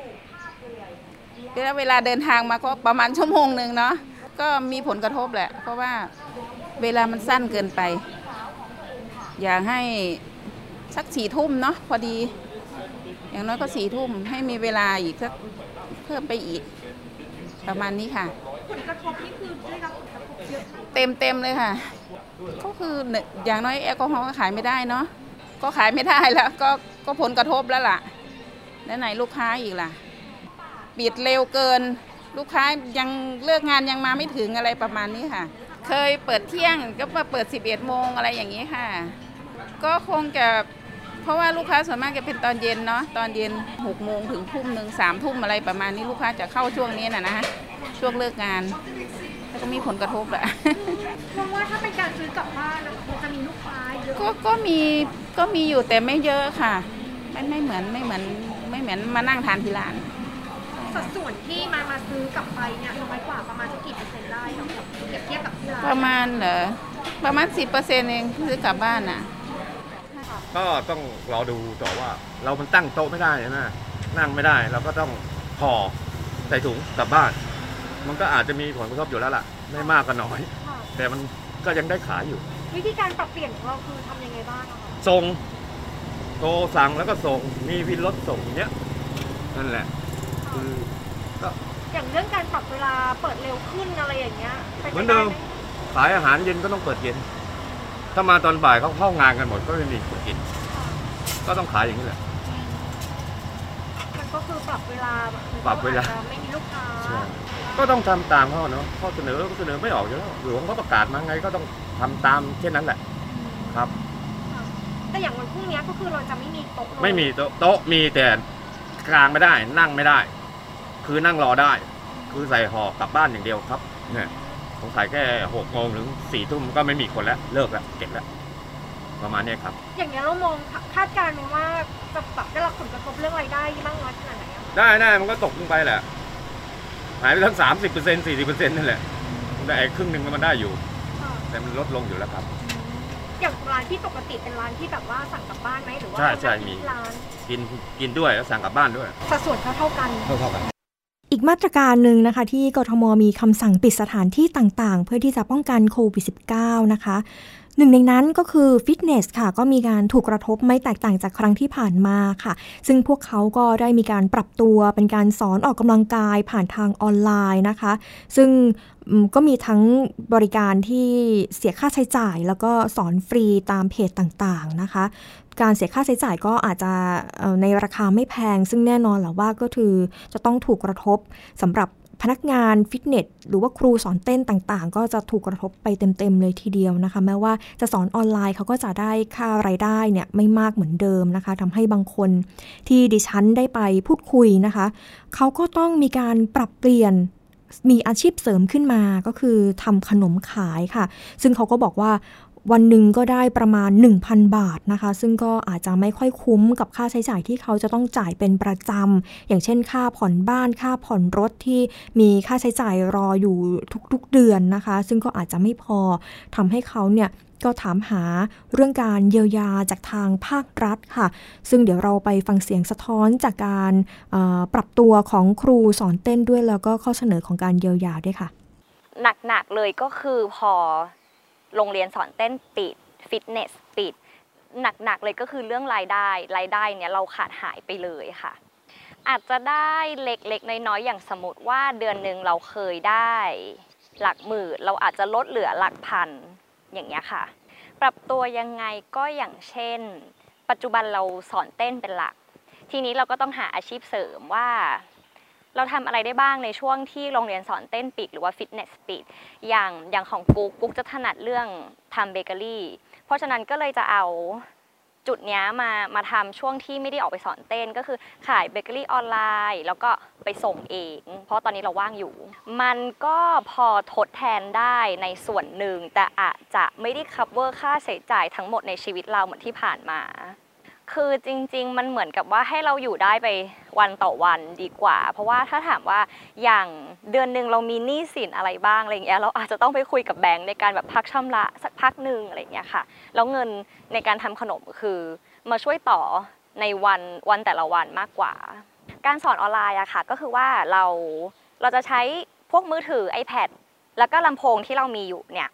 เวลาเดินทางมาก็ประมาณชั่วโมงหนึ่งเนาะก็มีผลกระทบแหละเพราะว่าเวลามันสั้นเกินไปอยากให้สัก4 ทุ่มเนาะพอดีอย่างน้อยก็4 ทุ่มให้มีเวลาอีกสักเพิ่มไปอีกประมาณนี้ค่ะผลกระทบนี่คือได้รับผลกระทบเยอะเต็มเลยค่ะก็คืออย่างน้อยแอลกอฮอล์ก็ขายไม่ได้เนาะก็ขายไม่ได้แล้วก็ผลกระทบแล้วล่ะแล้วไหนลูกค้าอีกล่ะปิดเร็วเกินลูกค้ายังเลิกงานยังมาไม่ถึงอะไรประมาณนี้ค่ะเคยเปิดเที่ยงก็มาเปิด11 โมงอะไรอย่างนี้ค่ะก็คงจะเพราะว่าลูกค้าส่วนมากจะเป็นตอนเย็นเนาะตอนเย็น6 โมงถึงทุ่ม 1 3 ทุ่มอะไรประมาณนี้ลูกค้าจะเข้าช่วงนี้นะช่วงเลิกงานแล้วก็มีผลกระทบแหละมองว่าถ้าเป็นการซื้อกลับบ้านมันจะมีลูกค้าเยอะก็มีอยู่แต่ไม่เยอะค่ะไม่เหมือนมานั่งทานที่ร้านสัดส่วนที่มาซื้อกลับไปเนี่ยน้อยกว่าประมาณสักกี่เปอร์เซ็นต์ได้เนาะเทียบกับที่ร้านประมาณ10%เองซื้อกลับบ้านน่ะก็ต้องรอดูต่อว่าเรามันตั้งโต๊ะไม่ได้ใช่ไหมนั่งไม่ได้เราก็ต้องห่อใส่ถุงกลับบ้านมันก็อาจจะมีผลกระทบอยู่แล้วล่ะไม่มากก็น้อยแต่มันก็ยังได้ขายอยู่วิธีการปรับเปลี่ยนของเราคือทำยังไงบ้างคะส่งโทรสั่งแล้วก็ส่งมีวินรถส่งอย่างเงี้ยนั่นแหละคือก็อย่างเรื่องการปรับเวลาเปิดเร็วขึ้นอะไรอย่างเงี้ยเหมือนเดิมขายอาหารเย็นก็ต้องเปิดเย็นถ้ามาตอนบ่ายเขาเข้างานกันหมดก็ไม่มีคนกินก็ต้องขายอย่างนี้แหละมันก็คือปรับเวลาไม่มีลูกค้าก็ต้องทำตามเขาเนาะข้อเสนอไม่ออกอยู่แล้วหลวงเขาประกาศมาไงก็ต้องทำตามเช่นนั้นแหละครับแต่อย่างวันพรุ่งนี้ก็คือเราจะไม่มีโต๊ะไม่มีโต๊ะมีแต่กลางไม่ได้นั่งไม่ได้คือนั่งรอได้คือใส่ห่อกลับบ้านอย่างเดียวครับเนี่ยผมขายแค่6 โมงถึง4 ทุ่มก็ไม่มีคนแล้วเลิกแล้วเก็บแล้วประมาณนี้ครับอย่างนี้เรามองคาดการณ์ว่าจะแบบได้รับผลกระทบเรื่องรายได้มากน้อยขนาดไหนได้มันก็ตกลงไปแหละหายไปทั้ง30% 40%นั่นแหละแต่ครึ่งหนึ่งก็มันได้อยู่แต่มันลดลงอยู่แล้วครับอย่างร้านที่ปกติเป็นร้านที่แบบว่าสั่งกลับบ้านไหมหรือว่าใช่มีร้านกินด้วยแล้วสั่งกลับบ้านด้วยสัดส่วนเท่ากันอีกมาตรการหนึ่งนะคะที่กทม.มีคำสั่งปิดสถานที่ต่างๆเพื่อที่จะป้องกันโควิด -19 นะคะหนึ่งในนั้นก็คือฟิตเนสค่ะก็มีการถูกกระทบไม่แตกต่างจากครั้งที่ผ่านมาค่ะซึ่งพวกเขาก็ได้มีการปรับตัวเป็นการสอนออกกำลังกายผ่านทางออนไลน์นะคะซึ่งก็มีทั้งบริการที่เสียค่าใช้จ่ายแล้วก็สอนฟรีตามเพจต่างๆนะคะการเสียค่าใช้จ่ายก็อาจจะในราคาไม่แพงซึ่งแน่นอนแหละว่าก็คือจะต้องถูกกระทบสำหรับพนักงานฟิตเนสหรือว่าครูสอนเต้นต่างๆก็จะถูกกระทบไปเต็มๆเลยทีเดียวนะคะแม้ว่าจะสอนออนไลน์เขาก็จะได้ค่ารายได้เนี่ยไม่มากเหมือนเดิมนะคะทำให้บางคนที่ดิฉันได้ไปพูดคุยนะคะเขาก็ต้องมีการปรับเปลี่ยนมีอาชีพเสริมขึ้นมาก็คือทำขนมขายค่ะซึ่งเขาก็บอกว่าวันหนึ่งก็ได้ประมาณ 1,000 บาทนะคะซึ่งก็อาจจะไม่ค่อยคุ้มกับค่าใช้จ่ายที่เขาจะต้องจ่ายเป็นประจำอย่างเช่นค่าผ่อนบ้านค่าผ่อนรถที่มีค่าใช้จ่ายรออยู่ทุกๆเดือนนะคะซึ่งก็อาจจะไม่พอทำให้เขาเนี่ยก็ถามหาเรื่องการเยียวยาจากทางภาครัฐค่ะซึ่งเดี๋ยวเราไปฟังเสียงสะท้อนจากการปรับตัวของครูสอนเต้นด้วยแล้วก็ข้อเสนอของการเยียวยาด้วยค่ะหนักๆเลยก็คือพอโรงเรียนสอนเต้นปิดฟิตเนสปิดหนักๆเลยก็คือเรื่องรายได้เนี่ยเราขาดหายไปเลยค่ะอาจจะได้เล็กๆน้อยๆอย่างสมมติว่าเดือนนึงเราเคยได้หลักหมื่นเราอาจจะลดเหลือหลักพันอย่างเงี้ยค่ะปรับตัวยังไงก็อย่างเช่นปัจจุบันเราสอนเต้นเป็นหลักทีนี้เราก็ต้องหาอาชีพเสริมว่าเราทำอะไรได้บ้างในช่วงที่โรงเรียนสอนเต้นปิดหรือว่าฟิตเนสปิดอย่างของกุ๊กจะถนัดเรื่องทำเบเกอรี่เพราะฉะนั้นก็เลยจะเอาจุดนี้มาทำช่วงที่ไม่ได้ออกไปสอนเต้นก็คือขายเบเกอรี่ออนไลน์แล้วก็ไปส่งเองเพราะตอนนี้เราว่างอยู่มันก็พอทดแทนได้ในส่วนหนึ่งแต่อาจจะไม่ได้ cover ค่าใช้จ่ายทั้งหมดในชีวิตเราเหมือนที่ผ่านมาคือจริงๆมันเหมือนกับว่าให้เราอยู่ได้ไปวันต่อวันดีกว่าเพราะว่าถ้าถามว่าอย่างเดือนนึงเรามีหนี้สินอะไรบ้างอะไรอย่างเงี้ยเราอาจจะต้องไปคุยกับแบงค์ในการแบบพักชำระสักพักนึงอะไรอย่างเงี้ยค่ะแล้วเงินในการทำขนมคือมาช่วยต่อในวันแต่ละวันมากกว่าการสอนออนไลน์อะค่ะก็คือว่าเราจะใช้พวกมือถือ iPad แล้วก็ลำโพงที่เรามีอยู่เนี่ย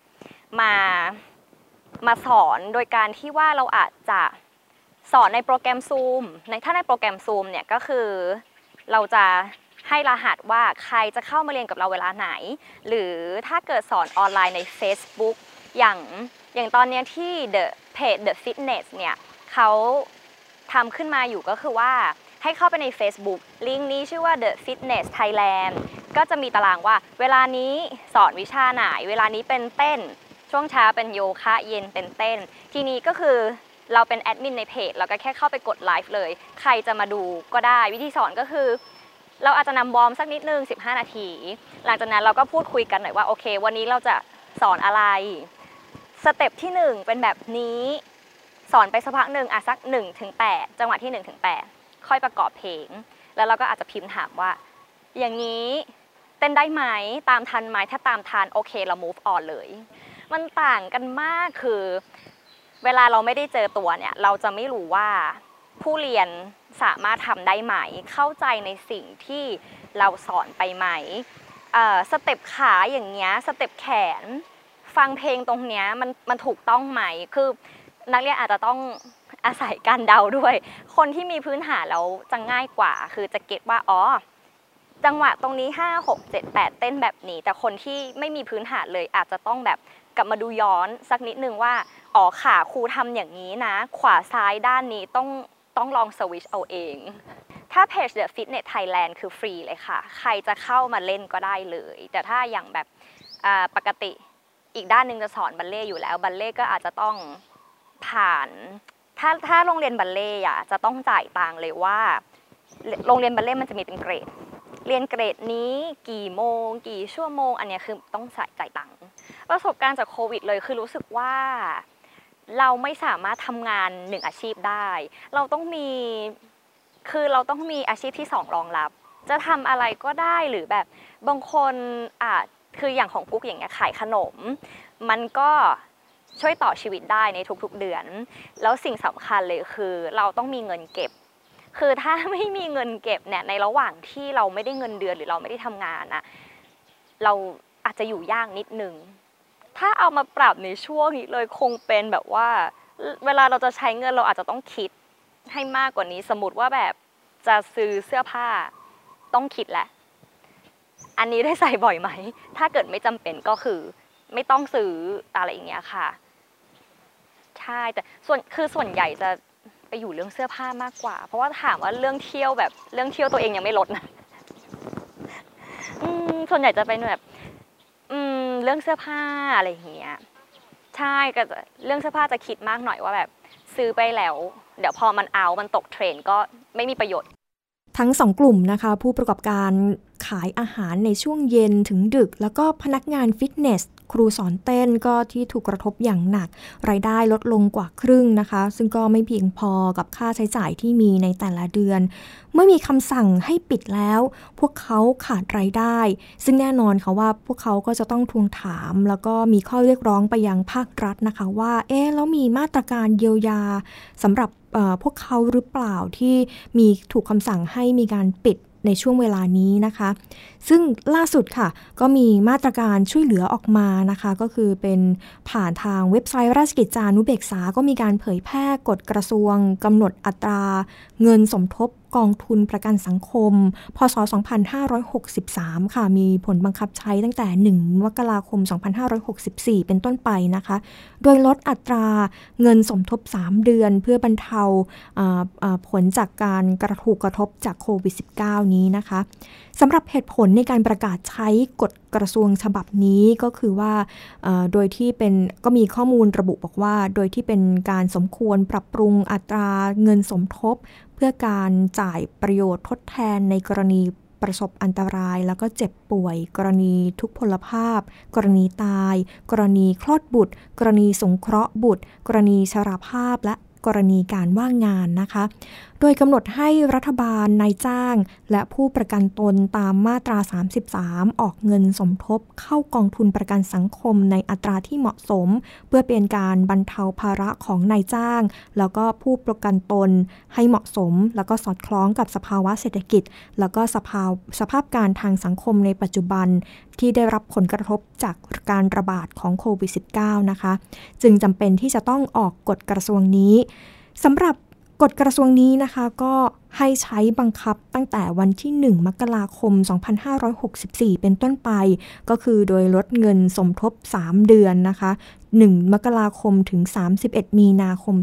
มาสอนโดยการที่ว่าเราอาจจะสอนในโปรแกรม Zoom ถ้าในโปรแกรม Zoom เนี่ยก็คือเราจะให้รหัสว่าใครจะเข้ามาเรียนกับเราเวลาไหนหรือถ้าเกิดสอนออนไลน์ใน Facebook อย่างตอนนี้ที่เพจ The Fitness เนี่ยเขาทำขึ้นมาอยู่ก็คือว่าให้เข้าไปใน Facebook ลิงก์นี้ชื่อว่า The Fitness Thailand ก็จะมีตารางว่าเวลานี้สอนวิชาไหนเวลานี้เป็นเต้นช่วงเช้าเป็นโยคะเย็นเป็นเต้นทีนี้ก็คือเราเป็นแอดมินในเพจเราก็แค่เข้าไปกดไลฟ์เลยใครจะมาดูก็ได้วิธีสอนก็คือเราอาจจะนำวอร์มสักนิดนึง15นาทีหลังจากนั้นเราก็พูดคุยกันหน่อยว่าโอเควันนี้เราจะสอนอะไรสเต็ปที่1เป็นแบบนี้สอนไปสักพักนึงสัก 1-8 จังหวะที่ 1-8 ค่อยประกอบเพลงแล้วเราก็อาจจะพิมพ์ถามว่าอย่างนี้เต้นได้ไหมตามทันไหมถ้าตามทันโอเคเรา move on เลยมันต่างกันมากคือเวลาเราไม่ได้เจอตัวเนี่ยเราจะไม่รู้ว่าผู้เรียนสามารถทำได้ไหมเข้าใจในสิ่งที่เราสอนไปไหมสเต็ปขาอย่างเงี้ยสเต็ปแขนฟังเพลงตรงเนี้ยมันถูกต้องไหมคือนักเรียนอาจจะต้องอาศัยการเดาด้วยคนที่มีพื้นฐานแล้วจะง่ายกว่าคือจะเก็ตว่าอ๋อจังหวะตรงนี้5 6 7 8เต้นแบบนี้แต่คนที่ไม่มีพื้นฐานเลยอาจจะต้องแบบกลับมาดูย้อนสักนิดนึงว่าอ๋อขาครูทำอย่างนี้นะขวาซ้ายด้านนี้ต้องลองสวิตช์เอาเองถ้าเพจ The Fitness Thailand คือฟรีเลยค่ะใครจะเข้ามาเล่นก็ได้เลยแต่ถ้าอย่างแบบปกติอีกด้านนึงจะสอนบัลเล่ต์อยู่แล้วบัลเล่ต์ก็อาจจะต้องผ่านถ้าโรงเรียนบัลเล่ต์จะต้องจ่ายตังค์เลยว่าโรงเรียนบัลเล่ต์มันจะมีเป็นเกรดเรียนเกรดนี้กี่โมงกี่ชั่วโมงอันนี้คือต้องจ่ายตังค์ประสบการณ์จากโควิดเลยคือรู้สึกว่าเราไม่สามารถทำงาน1อาชีพได้เราต้องมีอาชีพที่2รองรับจะทำอะไรก็ได้หรือแบบบางคนคืออย่างของกุ๊กอย่างเงี้ยขายขนมมันก็ช่วยต่อชีวิตได้ในทุกๆเดือนแล้วสิ่งสำคัญเลยคือเราต้องมีเงินเก็บคือถ้าไม่มีเงินเก็บเนี่ยในระหว่างที่เราไม่ได้เงินเดือนหรือเราไม่ได้ทำงานเราอาจจะอยู่ยากนิดนึงถ้าเอามาปรับในช่วงนี้เลยคงเป็นแบบว่าเวลาเราจะใช้เงินเราอาจจะต้องคิดให้มากกว่านี้สมมติว่าแบบจะซื้อเสื้อผ้าต้องคิดแหละอันนี้ได้ใส่บ่อยไหมถ้าเกิดไม่จำเป็นก็คือไม่ต้องซื้ออะไรอย่างเงี้ยค่ะใช่แต่ส่วนใหญ่จะไปอยู่เรื่องเสื้อผ้ามากกว่าเพราะว่าถามว่าเรื่องเที่ยวตัวเองยังไม่ลดนะส่วนใหญ่จะเป็นแบบเรื่องเสื้อผ้าอะไรอย่างเงี้ยใช่ก็เรื่องเสื้อผ้าจะคิดมากหน่อยว่าแบบซื้อไปแล้วเดี๋ยวพอมันตกเทรนด์ก็ไม่มีประโยชน์ทั้ง2กลุ่มนะคะผู้ประกอบการขายอาหารในช่วงเย็นถึงดึกแล้วก็พนักงานฟิตเนสครูสอนเต้นก็ที่ถูกกระทบอย่างหนักรายได้ลดลงกว่าครึ่งนะคะซึ่งก็ไม่เพียงพอกับค่าใช้จ่ายที่มีในแต่ละเดือนเมื่อมีคำสั่งให้ปิดแล้วพวกเขาขาดรายได้ซึ่งแน่นอนค่ะว่าพวกเขาก็จะต้องทวงถามแล้วก็มีข้อเรียกร้องไปยังภาครัฐนะคะว่าแล้วมีมาตรการเยียวยาสำหรับพวกเขาหรือเปล่าที่มีถูกคำสั่งให้มีการปิดในช่วงเวลานี้นะคะซึ่งล่าสุดค่ะก็มีมาตรการช่วยเหลือออกมานะคะก็คือเป็นผ่านทางเว็บไซต์ราชกิจจานุเบกษาก็มีการเผยแพร่กฎกระทรวงกำหนดอัตราเงินสมทบกองทุนประกันสังคมพ.ศ. 2563ค่ะมีผลบังคับใช้ตั้งแต่1 มกราคม 2564เป็นต้นไปนะคะโดยลดอัตราเงินสมทบ3เดือนเพื่อบรรเทาผลจากการกระทบจากโควิด -19 นี้นะคะสำหรับเหตุผลในการประกาศใช้กฎกระทรวงฉบับนี้ก็คือว่าโดยที่ก็มีข้อมูลระบุบอกว่าโดยที่เป็นการสมควรปรับปรุงอัตราเงินสมทบเพื่อการจ่ายประโยชน์ทดแทนในกรณีประสบอันตรายแล้วก็เจ็บป่วยกรณีทุพพลภาพกรณีตายกรณีคลอดบุตรกรณีสงเคราะห์บุตรกรณีชราภาพและกรณีการว่างงานนะคะโดยกำหนดให้รัฐบาลนายจ้างและผู้ประกันตนตามมาตรา33ออกเงินสมทบเข้ากองทุนประกันสังคมในอัตราที่เหมาะสมเพื่อเป็นการบรรเทาภาระของนายจ้างแล้วก็ผู้ประกันตนให้เหมาะสมแล้วก็สอดคล้องกับสภาวะเศรษฐกิจแล้วก็สภาพการทางสังคมในปัจจุบันที่ได้รับผลกระทบจากการระบาดของโควิด -19 นะคะจึงจำเป็นที่จะต้องออกกฎกระทรวงนี้สำหรับกฎกระทรวงนี้นะคะก็ให้ใช้บังคับตั้งแต่วันที่1 มกราคม 2564เป็นต้นไปก็คือโดยลดเงินสมทบ3เดือนนะคะ1 มกราคมถึง31 มีนาคม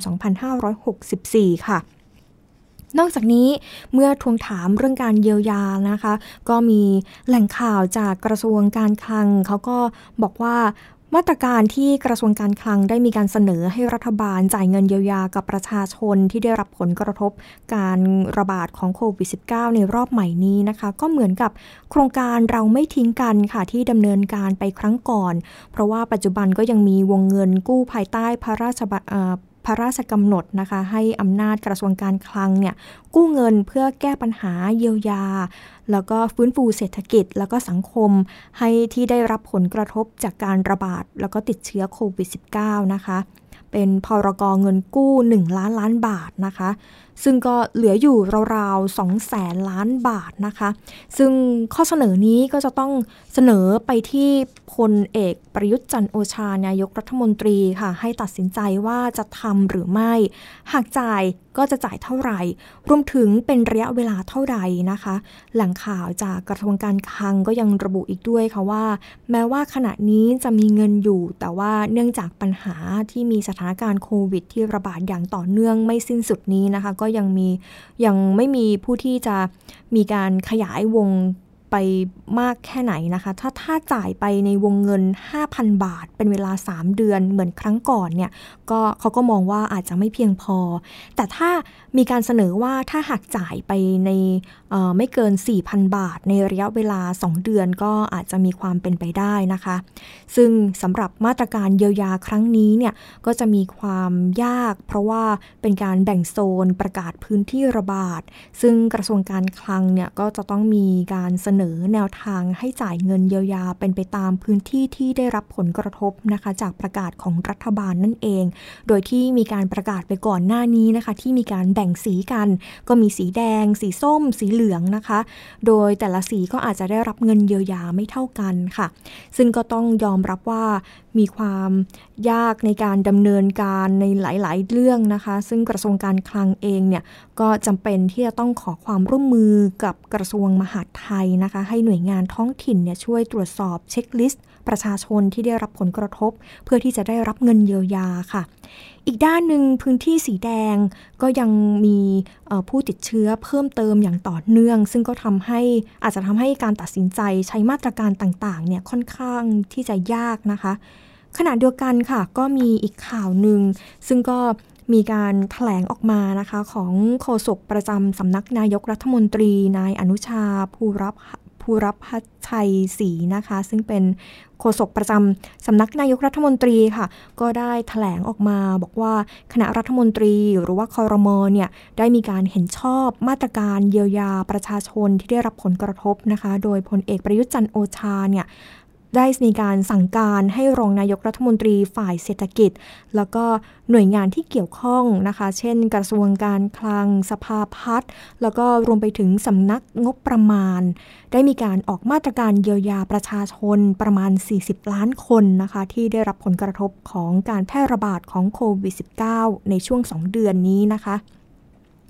2564ค่ะนอกจากนี้เมื่อทวงถามเรื่องการเยียวยานะคะก็มีแหล่งข่าวจากกระทรวงการคลังเขาก็บอกว่ามาตรการที่กระทรวงการคลังได้มีการเสนอให้รัฐบาลจ่ายเงินเยียวยากับประชาชนที่ได้รับผลกระทบการระบาดของโควิด -19 ในรอบใหม่นี้นะคะก็เหมือนกับโครงการเราไม่ทิ้งกันค่ะที่ดำเนินการไปครั้งก่อนเพราะว่าปัจจุบันก็ยังมีวงเงินกู้ภายใต้พระราชกำหนดนะคะให้อำนาจกระทรวงการคลังเนี่ยกู้เงินเพื่อแก้ปัญหาเยียวยาแล้วก็ฟื้นฟูเศรษฐกิจแล้วก็สังคมให้ที่ได้รับผลกระทบจากการระบาดแล้วก็ติดเชื้อโควิด -19 นะคะเป็นพรก.เงินกู้1 ล้านล้านบาทนะคะซึ่งก็เหลืออยู่ราวๆ 200,000 ล้านบาทนะคะซึ่งข้อเสนอนี้ก็จะต้องเสนอไปที่พลเอกประยุทธ์จันทร์โอชานายกรัฐมนตรีค่ะให้ตัดสินใจว่าจะทำหรือไม่หากจ่ายก็จะจ่ายเท่าไหร่รวมถึงเป็นระยะเวลาเท่าใดนะคะแหล่งข่าวจากกระทรวงการคลังก็ยังระบุอีกด้วยค่ะว่าแม้ว่าขณะนี้จะมีเงินอยู่แต่ว่าเนื่องจากปัญหาที่มีสถานการณ์โควิดที่ระบาดอย่างต่อเนื่องไม่สิ้นสุดนี้นะคะก็ยังไม่มีผู้ที่จะมีการขยายวงไปมากแค่ไหนนะคะถ้าจ่ายไปในวงเงิน 5,000 บาทเป็นเวลา3เดือนเหมือนครั้งก่อนเนี่ยก็เขาก็มองว่าอาจจะไม่เพียงพอแต่ถ้ามีการเสนอว่าถ้าหากจ่ายไปในไม่เกิน 4,000 บาทในระยะเวลา2เดือนก็อาจจะมีความเป็นไปได้นะคะซึ่งสำหรับมาตรการเยียวยาครั้งนี้เนี่ยก็จะมีความยากเพราะว่าเป็นการแบ่งโซนประกาศพื้นที่ระบาดซึ่งกระทรวงการคลังเนี่ยก็จะต้องมีการเสนอแนวทางให้จ่ายเงินเยียวยาเป็นไปตามพื้นที่ที่ได้รับผลกระทบนะคะจากประกาศของรัฐบาลนั่นเองโดยที่มีการประกาศไปก่อนหน้านี้นะคะที่มีการแบ่งสีกันก็มีสีแดงสีส้มสีเหลืองนะคะโดยแต่ละสีก็อาจจะได้รับเงินเยียวยาไม่เท่ากันค่ะซึ่งก็ต้องยอมรับว่ามีความยากในการดำเนินการในหลายๆเรื่องนะคะซึ่งกระทรวงการคลังเองเนี่ยก็จำเป็นที่จะต้องขอความร่วมมือกับกระทรวงมหาดไทยนะคะให้หน่วยงานท้องถิ่นเนี่ยช่วยตรวจสอบเช็คลิสต์ประชาชนที่ได้รับผลกระทบเพื่อที่จะได้รับเงินเยียวยาค่ะอีกด้านหนึ่งพื้นที่สีแดงก็ยังมีผู้ติดเชื้อเพิ่มเติมอย่างต่อเนื่องซึ่งก็อาจจะทำให้การตัดสินใจใช้มาตรการต่างๆเนี่ยค่อนข้างที่จะยากนะคะขณะเดียวกันค่ะก็มีอีกข่าวหนึ่งซึ่งก็มีการแถลงออกมานะคะของโฆษกประจำสำนักนายกรัฐมนตรีนายอนุชาภูรพัชชัยศรีนะคะซึ่งเป็นโฆษกประจำสำนักนายกรัฐมนตรีค่ะก็ได้แถลงออกมาบอกว่าคณะรัฐมนตรีหรือว่าครม.เนี่ยได้มีการเห็นชอบมาตรการเยียวยาประชาชนที่ได้รับผลกระทบนะคะโดยพลเอกประยุทธ์จันทร์โอชาเนี่ยได้มีการสั่งการให้รองนายกรัฐมนตรีฝ่ายเศรษฐกิจแล้วก็หน่วยงานที่เกี่ยวข้องนะคะเช่นกระทรวงการคลังสภาพัฒน์แล้วก็รวมไปถึงสำนักงบประมาณได้มีการออกมาตรการเยียวยาประชาชนประมาณ40ล้านคนนะคะที่ได้รับผลกระทบของการแพร่ระบาดของโควิด -19 ในช่วง2เดือนนี้นะคะ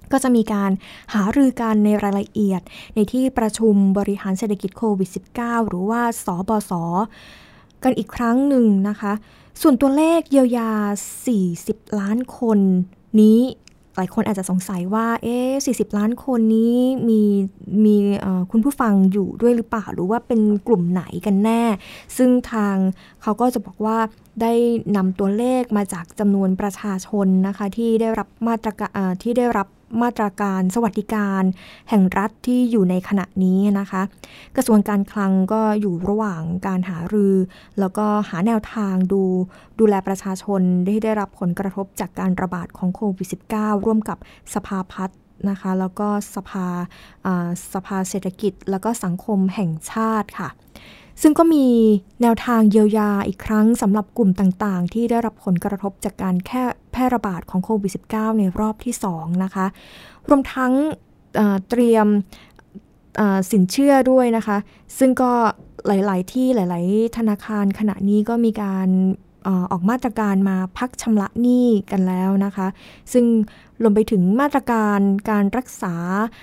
ก็จะมีการหารือกันในรายละเอียดในที่ประชุมบริหารเศรษฐกิจโควิด -19 หรือว่าสบส.กันอีกครั้งหนึ่งนะคะส่วนตัวเลขเยียวยา40ล้านคนนี้หลายคนอาจจะสงสัยว่า40ล้านคนนี้มีคุณผู้ฟังอยู่ด้วยหรือเปล่าหรือว่าเป็นกลุ่มไหนกันแน่ซึ่งทางเขาก็จะบอกว่าได้นำตัวเลขมาจากจำนวนประชาชนนะคะที่ได้รับมาตรการสวัสดิการแห่งรัฐที่อยู่ในขณะนี้นะคะกระทรวงการคลังก็อยู่ระหว่างการหารือแล้วก็หาแนวทางดูแลประชาชนที่ได้รับผลกระทบจากการระบาดของโควิด -19 ร่วมกับสภาพัฒน์นะคะแล้วก็สภาเศรษฐกิจแล้วก็สังคมแห่งชาติค่ะซึ่งก็มีแนวทางเยียวยาอีกครั้งสำหรับกลุ่มต่างๆที่ได้รับผลกระทบจากการแพร่ระบาดของโควิด -19 ในรอบที่2นะคะรวมทั้งเตรียมสินเชื่อด้วยนะคะซึ่งก็หลายๆที่หลายๆธนาคารขณะนี้ก็มีการออกมาตรการมาพักชำระหนี้กันแล้วนะคะซึ่งรวมไปถึงมาตรการการรักษา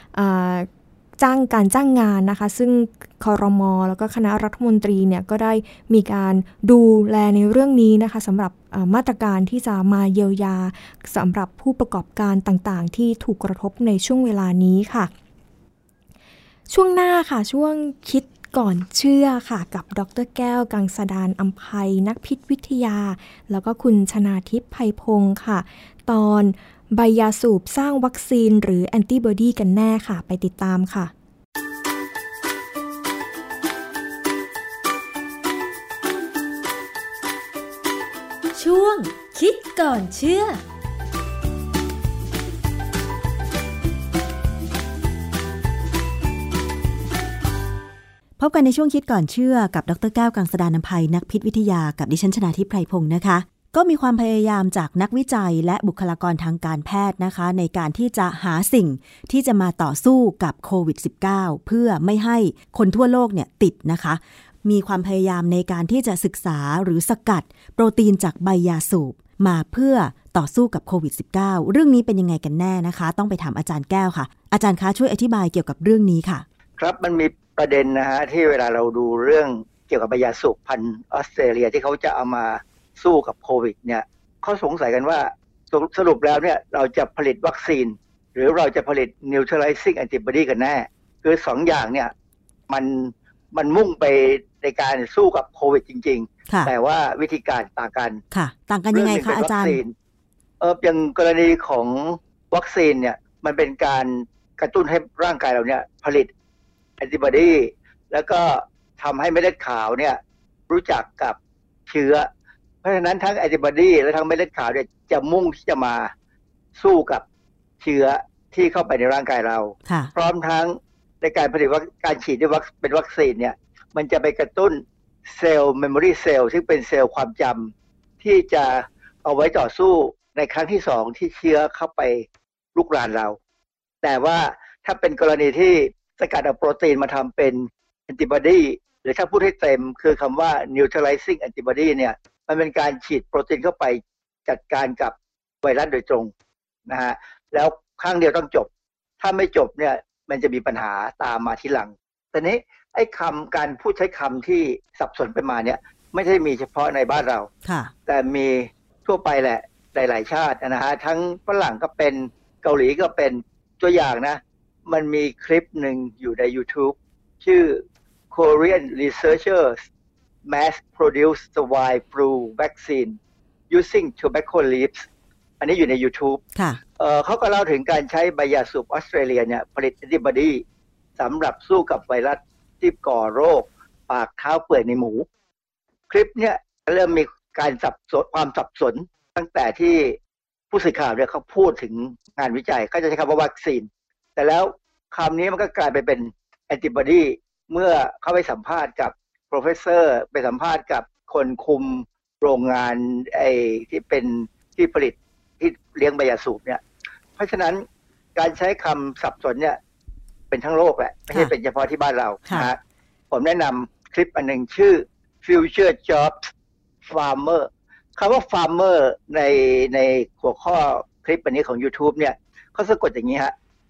การจ้างงานนะคะซึ่งครม.แล้วก็คณะรัฐมนตรีเนี่ยก็ได้มีการดูแลในเรื่องนี้นะคะสำหรับมาตรการที่จะมาเยียวยาสำหรับผู้ประกอบการต่างๆที่ถูกกระทบในช่วงเวลานี้ค่ะช่วงหน้าค่ะช่วงคิดก่อนเชื่อค่ะกับดร.แก้วกังสดาลอำไพนักพิษวิทยาแล้วก็คุณชนาทิพย์ไพพงศ์ค่ะตอนใบยาสูบสร้างวัคซีนหรือแอนติบอดีกันแน่ค่ะไปติดตามค่ะช่วงคิดก่อนเชื่อพบกันในช่วงคิดก่อนเชื่อกับดร.แก้วกังสดาลอำไพนักพิษวิทยากับดิฉันชนาทิพย์ไพพงศ์นะคะก็มีความพยายามจากนักวิจัยและบุคลากรทางการแพทย์นะคะในการที่จะหาสิ่งที่จะมาต่อสู้กับโควิด -19 เพื่อไม่ให้คนทั่วโลกเนี่ยติดนะคะมีความพยายามในการที่จะศึกษาหรือสกัดโปรตีนจากใบยาสูบมาเพื่อต่อสู้กับโควิด -19 เรื่องนี้เป็นยังไงกันแน่นะคะต้องไปถามอาจารย์แก้วค่ะอาจารย์คะช่วยอธิบายเกี่ยวกับเรื่องนี้ค่ะครับมันมีประเด็นนะฮะที่เวลาเราดูเรื่องเกี่ยวกับใบยาสูบพันธุ์ออสเตรเลียที่เขาจะเอามาสู้กับโควิดเนี่ยเขาสงสัยกันว่าสรุปแล้วเนี่ยเราจะผลิตวัคซีนหรือเราจะผลิต neutralizing antibody กันแน่คือ2อย่างเนี่ยมันมุ่งไปในการสู้กับโควิดจริงๆแต่ว่าวิธีการต่างกันค่ะต่างกันยังไงคะอาจารย์อย่างกรณีของวัคซีนเนี่ยมันเป็นการกระตุ้นให้ร่างกายเราเนี่ยผลิตแอนติบอดีแล้วก็ทำให้เม็ดเลือดขาวเนี่ยรู้จักกับเชื้อเพราะฉะนั้นทั้งแอนติบอดีและทั้งเม็ดเลือดขาวเนี่ยจะมุ่งที่จะมาสู้กับเชื้อที่เข้าไปในร่างกายเราพร้อมทั้งในการผลิตการฉีดด้วยเป็นวัคซีนเนี่ยมันจะไปกระตุ้นเซลล์เมมโมรีเซลล์ซึ่งเป็นเซลล์ความจำที่จะเอาไว้ต่อสู้ในครั้งที่2ที่เชื้อเข้าไปลุกรานเราแต่ว่าถ้าเป็นกรณีที่สกัดเอาโปรตีนมาทำเป็นแอนติบอดีหรือถ้าพูดให้เต็มคือคำว่า neutralizing antibody เนี่ยมันเป็นการฉีดโปรตีนเข้าไปจัดการกับไวรัสโดยตรงนะฮะแล้วครั้งเดียวต้องจบถ้าไม่จบเนี่ยมันจะมีปัญหาตามมาทีหลังแต่นี้ไอ้การพูดใช้คำที่สับสนไปมาเนี่ยไม่ใช่มีเฉพาะในบ้านเราแต่มีทั่วไปแหละหลายๆชาตินะฮะทั้งฝรั่งก็เป็นเกาหลีก็เป็นตัวอย่างนะมันมีคลิปหนึ่งอยู่ใน YouTube ชื่อ Korean Researchers Mass Produce Swine Flu Vaccine Using Tobacco Leaves อันนี้อยู่ใน YouTube เขาก็เล่าถึงการใช้ใบยาสูบออสเตรเลียเนี่ยผลิตแอนติบอดีสำหรับสู้กับไวรัสที่ก่อโรคปากเท้าเปื่อยในหมูคลิปเนี่ยเริ่มมีการความสับสนตั้งแต่ที่ผู้สื่อข่าวเนี่ยเขาพูดถึงงานวิจัยเขาจะใช้คำว่าวัคซีนแต่แล้วคำนี้มันก็กลายไปเป็นแอนติบอดีเมื่อเขาไปสัมภาษณ์กับโปรเฟสเซอร์ไปสัมภาษณ์กับคนคุมโรงงานที่เป็นที่ผลิตที่เลี้ยงใบยาสูบเนี่ยเพราะฉะนั้นการใช้คำสับสนเนี่ยเป็นทั้งโลกแหละไม่ใช่เป็นเฉพาะที่บ้านเรานะฮะผมแนะนำคลิปอันหนึ่งชื่อ Future Jobs Farmer คำว่า Farmer ในหัวข้อคลิปอันนี้ของ YouTube เนี่ยเขาสะกดอย่างนี้ฮะ P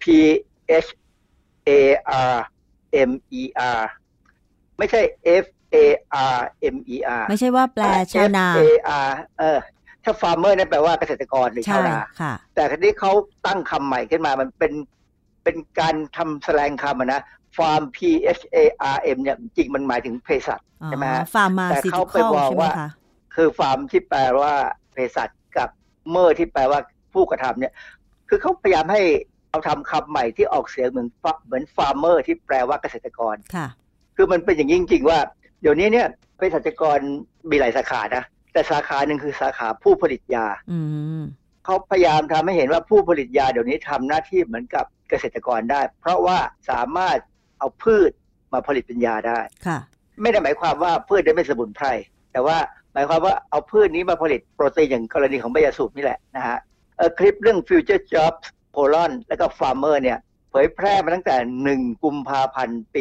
H A R M E R ไม่ใช่ F A R M E R ไม่ใช่ว่าแปลชาวนา F A R ถ้า farmer นั่นแปลว่าเกษตรกรหรือชาวนาแต่ทีนี้เขาตั้งคำใหม่ขึ้นมามันเป็นการทำแสลงคำนะ farm P H A R M เนี่ยจริงมันหมายถึงเภสัชใช่ไหมฮะแต่เขาไปบอกว่าคือฟาร์มที่แปลว่าเภสัชกับเมอร์ที่แปลว่าผู้กระทำเนี่ยคือเขาพยายามให้เอาทำคำใหม่ที่ออกเสียงเหมือนฟาร์มเมอร์ที่แปลว่าเกษตรกรคือมันเป็นอย่างนี้จริงๆว่าเดี๋ยวนี้เนี่ยเภสัชกรมีหลายสาขานะแต่สาขาหนึ่งคือสาขาผู้ผลิตยาเขาพยายามทำให้เห็นว่าผู้ผลิตยาเดี๋ยวนี้ทำหน้าที่เหมือนกับเกษตรกรได้เพราะว่าสามารถเอาพืชมาผลิตเป็นยาได้ไม่ได้หมายความว่าพืชได้เป็นสมุนไพรแต่ว่าหมายความว่าเอาพืชนี้มาผลิตโปรตีนอย่างกรณีของใบยาสูบนี่แหละนะฮะคลิปเรื่อง Future Jobs Colon แล้วก็ Farmer เนี่ยเผยแพร่มาตั้งแต่1กุมภาพันธ์ปี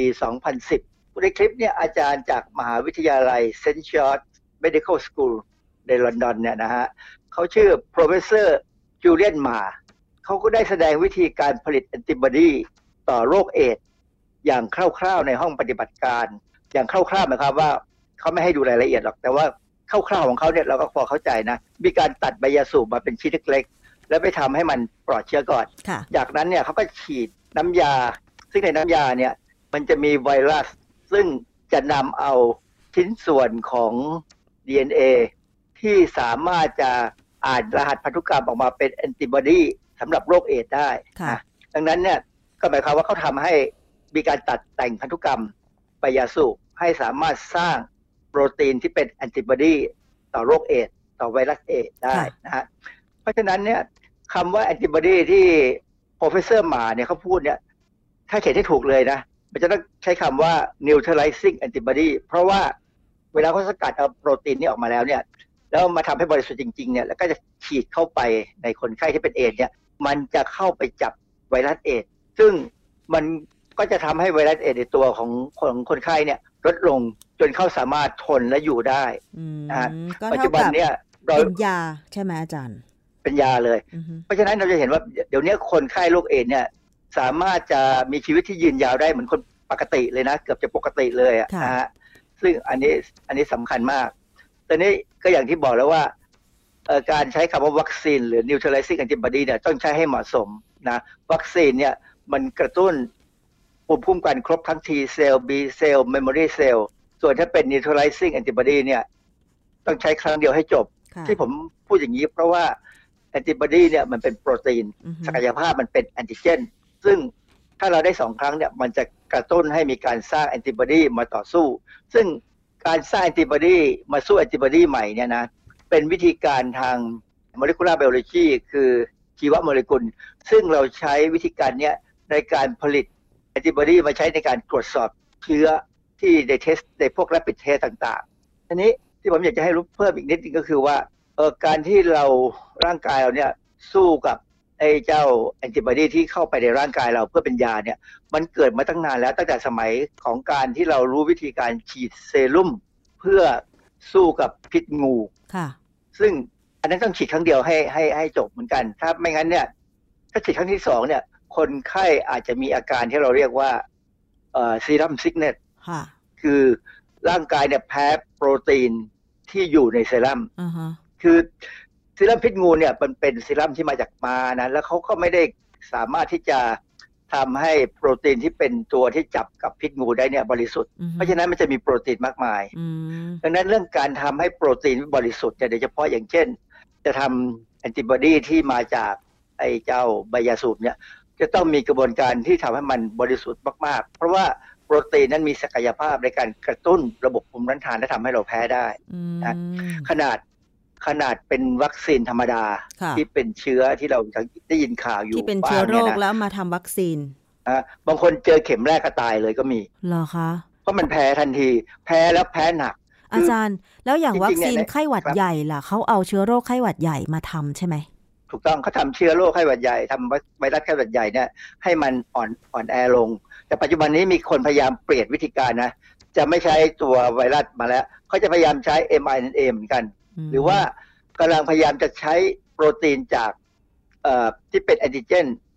2010ในคลิปเนี่ยอาจารย์จากมหาวิทยาลัย St. George Medical School ในลอนดอนเนี่ยนะฮะเขาชื่อ Professor Julian Ma เขาก็ได้แสดงวิธีการผลิตแอนติบอดีต่อโรคเอดส์อย่างคร่าวๆในห้องปฏิบัติการอย่างคร่าวๆหมายความว่าเขาไม่ให้ดูรายละเอียดหรอกแต่ว่าคร่าวๆของเขาเนี่ยเราก็พอเข้าใจนะมีการตัดใบยาสูบมาเป็นชิ้นเล็กๆแล้วไปทำให้มันปลอดเชื้อก่อนจากนั้นเนี่ยเขาก็ฉีดน้ำยาซึ่งในน้ำยาเนี่ยมันจะมีไวรัสซึ่งจะนำเอาชิ้นส่วนของ DNA ที่สามารถจะอ่านรหัสพันธุกรรมออกมาเป็นแอนติบอดีสำหรับโรคเอดส์ได้ดังนั้นเนี่ยก็หมายความว่าเขาทำให้มีการตัดแต่งพันธุกรรมใบยาสูบให้สามารถสร้างโปรตีนที่เป็นแอนติบอดีต่อโรคเอดส์ต่อไวรัสเอดส์ได้นะฮะเพราะฉะนั้นเนี่ยคำว่าแอนติบอดีที่ Professor Ma เนี่ยเขาพูดเนี่ยถ้าเขียนให้ถูกเลยนะมันจะต้องใช้คำว่า neutralizing antibody เพราะว่าเวลาเขาสกัดเอาโปรตีนนี้ออกมาแล้วเนี่ยแล้วมาทำให้บริสุทธิ์จริงๆเนี่ยแล้วก็จะฉีดเข้าไปในคนไข้ที่เป็นเอดส์เนี่ยมันจะเข้าไปจับไวรัสเอดส์ซึ่งมันก็จะทำให้ไวรัสเอดส์ในตัวของคนไข้เนี่ยลดลงจนเขาสามารถทนและอยู่ได้นะฮะปัจจุบันเนี่ยเป็นยาใช่ไหมอาจารย์เป็นยาเลยเพราะฉะนั้นเราจะเห็นว่าเดี๋ยวนี้คนไข้โรคเอดส์เนี่ยสามารถจะมีชีวิตที่ยืนยาวได้เหมือนคนปกติเลยนะเกือบจะปกติเลยนะฮะซึ่งอันนี้สำคัญมากแต่นี้ก็อย่างที่บอกแล้วว่าการใช้คำว่าวัคซีนหรือ neutralizing antibody เนี่ยต้องใช้ให้เหมาะสมนะวัคซีนเนี่ยมันกระตุ้นภูมิคุ้มกันครบทั้ง T cell B cell memory cell ส่วนถ้าเป็น neutralizing antibody เนี่ยต้องใช้ครั้งเดียวให้จบที่ผมพูดอย่างนี้เพราะว่าแอนติบอดีเนี่ยมันเป็นโปรตีนศักยภาพมันเป็นแอนติเจนซึ่งถ้าเราได้2ครั้งเนี่ยมันจะกระตุ้นให้มีการสร้างแอนติบอดีมาต่อสู้ซึ่งการสร้างแอนติบอดีมาสู้แอนติบอดีใหม่เนี่ยนะเป็นวิธีการทาง molecular biology คือชีวโมเลกุลซึ่งเราใช้วิธีการนี้ในการผลิตแอนติบอดีมาใช้ในการตรวจสอบเชื้อที่ในเทสในพวก rapid test ต่างๆอันนี้ที่ผมอยากจะให้รู้เพิ่มอีกนิดนึงก็คือว่าการที่เราร่างกายเราเนี่ยสู้กับไอ้เจ้าแอนติบอดีที่เข้าไปในร่างกายเราเพื่อเป็นยาเนี่ยมันเกิดมาตั้งนานแล้วตั้งแต่สมัยของการที่เรารู้วิธีการฉีดเซรุ่มเพื่อสู้กับพิษงูซึ่งอันนั้นต้องฉีดครั้งเดียวให้จบเหมือนกันถ้าไม่งั้นเนี่ยถ้าฉีดครั้งที่2เนี่ยคนไข้อาจจะมีอาการที่เราเรียกว่าซีรัมซิกเนสคือร่างกายเนี่ยแพ้โปรตีนที่อยู่ในเซรั่มคือเซรั่มพิษงูเนี่ยมันเป็นเซรั่มที่มาจากม้านะแล้วเขาก็ไม่ได้สามารถที่จะทำให้โปรตีนที่เป็นตัวที่จับกับพิษงูได้เนี่ยบริสุทธิ์เพราะฉะนั้นมันจะมีโปรตีนมากมายดังนั้นเรื่องการทำให้โปรตีนบริสุทธิ์โดยเฉพาะอย่างเช่นจะทำแอนติบอดีที่มาจากไอ้เจ้าใบยาสูบเนี่ยจะต้องมีกระบวนการที่ทำให้มันบริสุทธิ์มากๆเพราะว่าโปรตีนนั้นมีศักยภาพในการกระตุ้นระบบภูมิต้านทานและทำให้เราแพ้ได้นะขนาดเป็นวัคซีนธรรมดาที่เป็นเชื้อที่เราได้ยินข่าวอยู่ที่เป็นเชื้อโรคแล้วมาทำวัคซีนบางคนเจอเข็มแรกก็ตายเลยก็มีเหรอคะเพราะมันแพ้ทันทีแพ้แล้วแพ้หนักอาจารย์แล้วอย่างวัคซีนไข้หวัดใหญ่ล่ะเขาเอาเชื้อโรคไข้หวัดใหญ่มาทำใช่ไหมถูกต้องเขาทำเชื้อโรคไข้หวัดใหญ่ทำไวรัสไข้หวัดใหญ่เนี่ยให้มันอ่อนแอลงแต่ปัจจุบันนี้มีคนพยายามเปลี่ยนวิธีการนะจะไม่ใช้ตัวไวรัสมาแล้วเขาจะพยายามใช้ mRNA เหมือนกันหรือว่ากำลังพยายามจะใช้โปรตีนจากที่เป็นแอนติเจน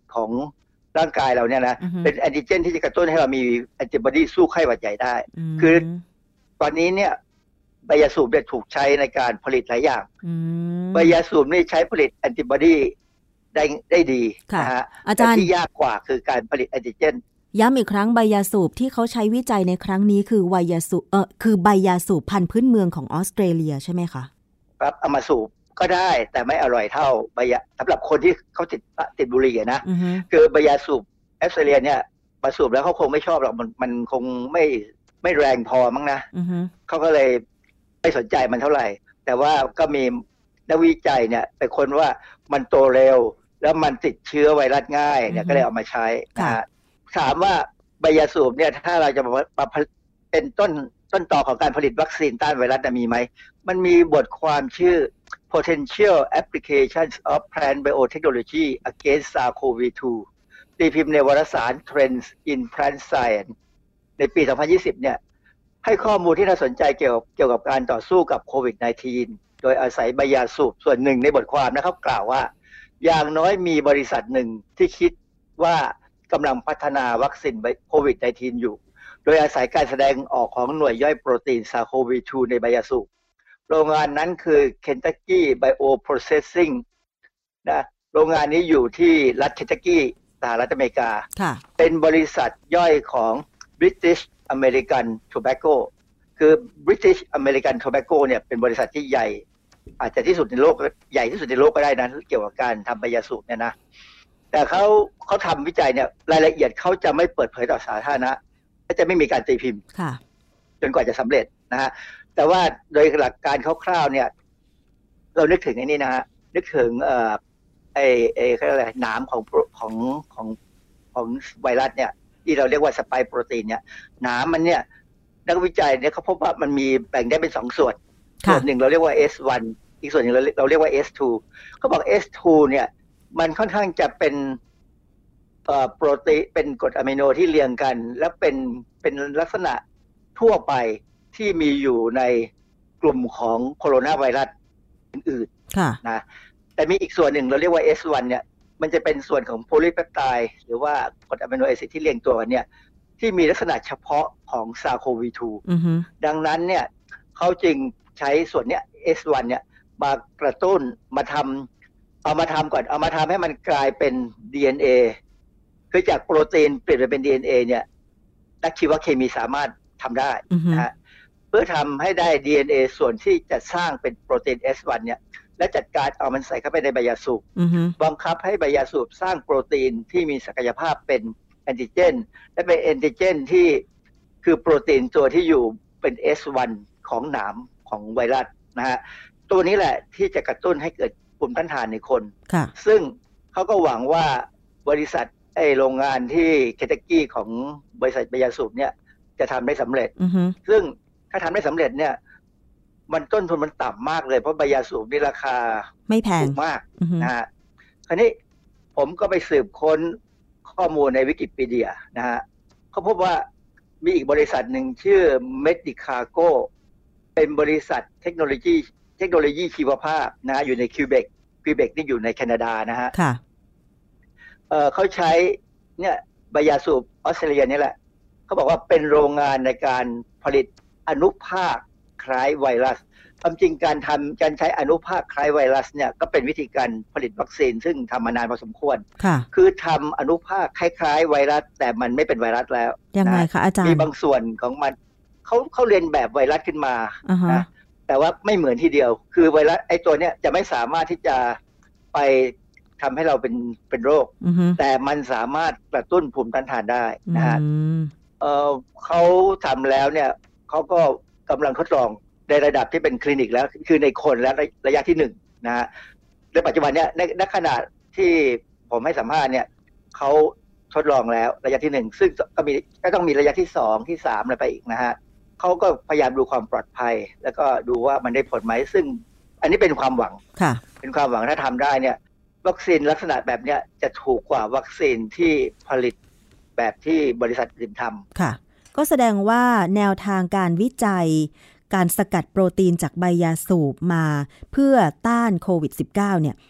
ของร่างกายเราเนี่ยนะเป็นแอนติเจนที่จะกระตุ้นให้เรามีแอนติบอดีสู้ไข้หวัดใหญ่ได้คือตอนนี้เนี่ยใบยาสูบเนี่ยถูกใช้ในการผลิตหลายอย่างใบยาสูบนี่ใช้ผลิตแอนติบอดีได้ดีนะฮะอาจารย์ที่ยากกว่าคือการผลิตแอนติเจนย้ำอีกครั้งใบยาสูบที่เขาใช้วิจัยในครั้งนี้คือใบยาสูบพันธุ์พื้นเมืองของออสเตรเลียใช่ไหมคะครับเอามาสูบก็ได้แต่ไม่อร่อยเท่าใบยาสำหรับคนที่เขาติดบุหรี่นะคือใบยาสูบออสเตรเลียเนี่ยมาสูบแล้วเขาคงไม่ชอบหรอกมันคงไม่แรงพอมั้งนะเขาก็เลยไม่สนใจมันเท่าไหร่แต่ว่าก็มีนักวิจัยเนี่ยไปค้นว่ามันโตเร็วแล้วมันติดเชื้อไวรัสง่ายเนี่ยก็เลยเอามาใช้นะฮะถามว่าใบยาสูบเนี่ยถ้าเราจะมาเป็นต้นต่อของการผลิตวัคซีนต้านไวรัสมีไหมมันมีบทความชื่อ Potential Applications of Plant Biotechnology Against SARS-CoV-2 ตีพิมพ์ในวารสาร Trends in Plant Science ในปี 2020 เนี่ยให้ข้อมูลที่น่าสนใจเกี่ยวกับการต่อสู้กับโควิด -19 โดยอาศัยใบยาสูบส่วนหนึ่งในบทความนะครับกล่าวว่าอย่างน้อยมีบริษัทหนึ่งที่คิดว่ากำลังพัฒนาวัคซีนโควิด -19 อยู่โดยอาศัยการแสดงออกของหน่วยย่อยโปรตีน SARS-CoV-2 ในใบยาสูบโรงงานนั้นคือ Kentucky Bioprocessing นะโรงงานนี้อยู่ที่รัฐ Kentucky สหรัฐอเมริกาเป็นบริษัทย่อยของ British American Tobacco คือ British American Tobacco เนี่ยเป็นบริษัทที่ใหญ่อาจจะที่สุดในโลกใหญ่ที่สุดในโลกก็ได้นะเกี่ยวกับการทำใบยาสูบเนี่ยนะแต่เขาทำวิจัยเนี่ยรายละเอียดเขาจะไม่เปิดเผยต่อสาธารณะและจะไม่มีการตีพิมพ์จนกว่าจะสำเร็จนะฮะแต่ว่าโดยหลักการคร่าวๆเนี่ยเรานึกถึงไอ้นี่นะฮะนึกถึงเขาเรียกอะไรหนามของไวรัสเนี่ยที่เราเรียกว่าสไปค์โปรตีนเนี่ยหนามมันเนี่ยนักวิจัยเนี่ยเขาพบว่ามันมีแบ่งได้เป็น2ส่วนหนึ่งเราเรียกว่า S1 อีกส่วนหนึ่งเราเรียกว่า S2 เขาบอก S2 เนี่ยมันค่อนข้างจะเป็นโปรตีนเป็นกรดอะมิโนที่เรียงกันและเป็นลักษณะทั่วไปที่มีอยู่ในกลุ่มของโคโรนาไวรัสอื่นๆนะแต่มีอีกส่วนหนึ่งเราเรียกว่า S1 เนี่ยมันจะเป็นส่วนของโพลีเพปไทด์หรือว่ากรดอะมิโนแอซิดที่เรียงตัวกันเนี่ยที่มีลักษณะเฉพาะของ SARS-CoV-2 ดังนั้นเนี่ยเขาจึงใช้ส่วนเนี้ย S1 เนี่ยมากระตุ้นเอามาทำให้มันกลายเป็น DNA คือจากโปรตีนเปลี่ยนไปเป็น DNA เนี่ยนักชีวเคมีสามารถทำได้นะฮะเพื่อทำให้ได้ DNA ส่วนที่จะสร้างเป็นโปรตีน S1 เนี่ยและจัดการเอามันใส่เข้าไปในใบยาสูบบังคับให้ใบยาสูบสร้างโปรตีนที่มีศักยภาพเป็นแอนติเจนและเป็นแอนติเจนที่คือโปรตีนตัวที่อยู่เป็น S1 ของหนามของไวรัสนะฮะตัวนี้แหละที่จะกระตุ้นให้เกิดภูมิต้านทานในคนซึ่งเขาก็หวังว่าบริษัทโรงงานที่เคนตักกี้ของบริษัทใบยาสูบเนี่ยจะทำได้สำเร็จซึ่งถ้าทำได้สำเร็จเนี่ยมันต้นทุนมันต่ำมากเลยเพราะใบยาสูบนี่ราคาไม่แพงถูกมากนะฮะคราวนี้ผมก็ไปสืบค้นข้อมูลในวิกิพีเดียนะฮะเขาพบว่ามีอีกบริษัทหนึ่งชื่อ Medicago เป็นบริษัทเทคโนโลยีชีวภาพนะฮะอยู่ในคิวเบกนี่อยู่ในแคนาดานะฮะเขาใช้เนี่ยใบยาสูบออสเตรเลียนี่แหละเขาบอกว่าเป็นโรงงานในการผลิตอนุภาคคล้ายไวรัสความจริงการใช้อนุภาคคล้ายไวรัสเนี่ยก็เป็นวิธีการผลิตวัคซีนซึ่งทำมานานพอสมควรคือทำอนุภาคคล้ายๆไวรัสแต่มันไม่เป็นไวรัสแล้วยังไงคะอาจารย์มีบางส่วนของมันเขาเรียนแบบไวรัสขึ้นมานะแต่ว่าไม่เหมือนทีเดียวคือไวรัสไอ้ตัวเนี้ยจะไม่สามารถที่จะไปทำให้เราเป็นโรคแต่มันสามารถกระตุ้นภูมิต้านทานได้นะฮะเขาทำแล้วเนี่ยเขาก็กำลังทดลองในระดับที่เป็นคลินิกแล้วคือในคนแล้วระยะที่1นะฮะในปัจจุบันเนี่ยในขณะที่ผมให้สัมภาษณ์เนี่ยเขาทดลองแล้วระยะที่1ซึ่งก็ต้องมีระยะที่2ที่3อะไรไปอีกนะฮะเขาก็พยายามดูความปลอดภัยแล้วก็ดูว่ามันได้ผลไหมซึ่งอันนี้เป็นความหวังเป็นความหวังถ้าทำได้เนี่ยวัคซีนลักษณะแบบนี้จะถูกกว่าวัคซีนที่ผลิตแบบที่บริษัทอื่นทำค่ะก็แสดงว่าแนวทางการวิจัยการสกัดโปรตีนจากใบยาสูบมาเพื่อต้านโควิด -19 เนี่ย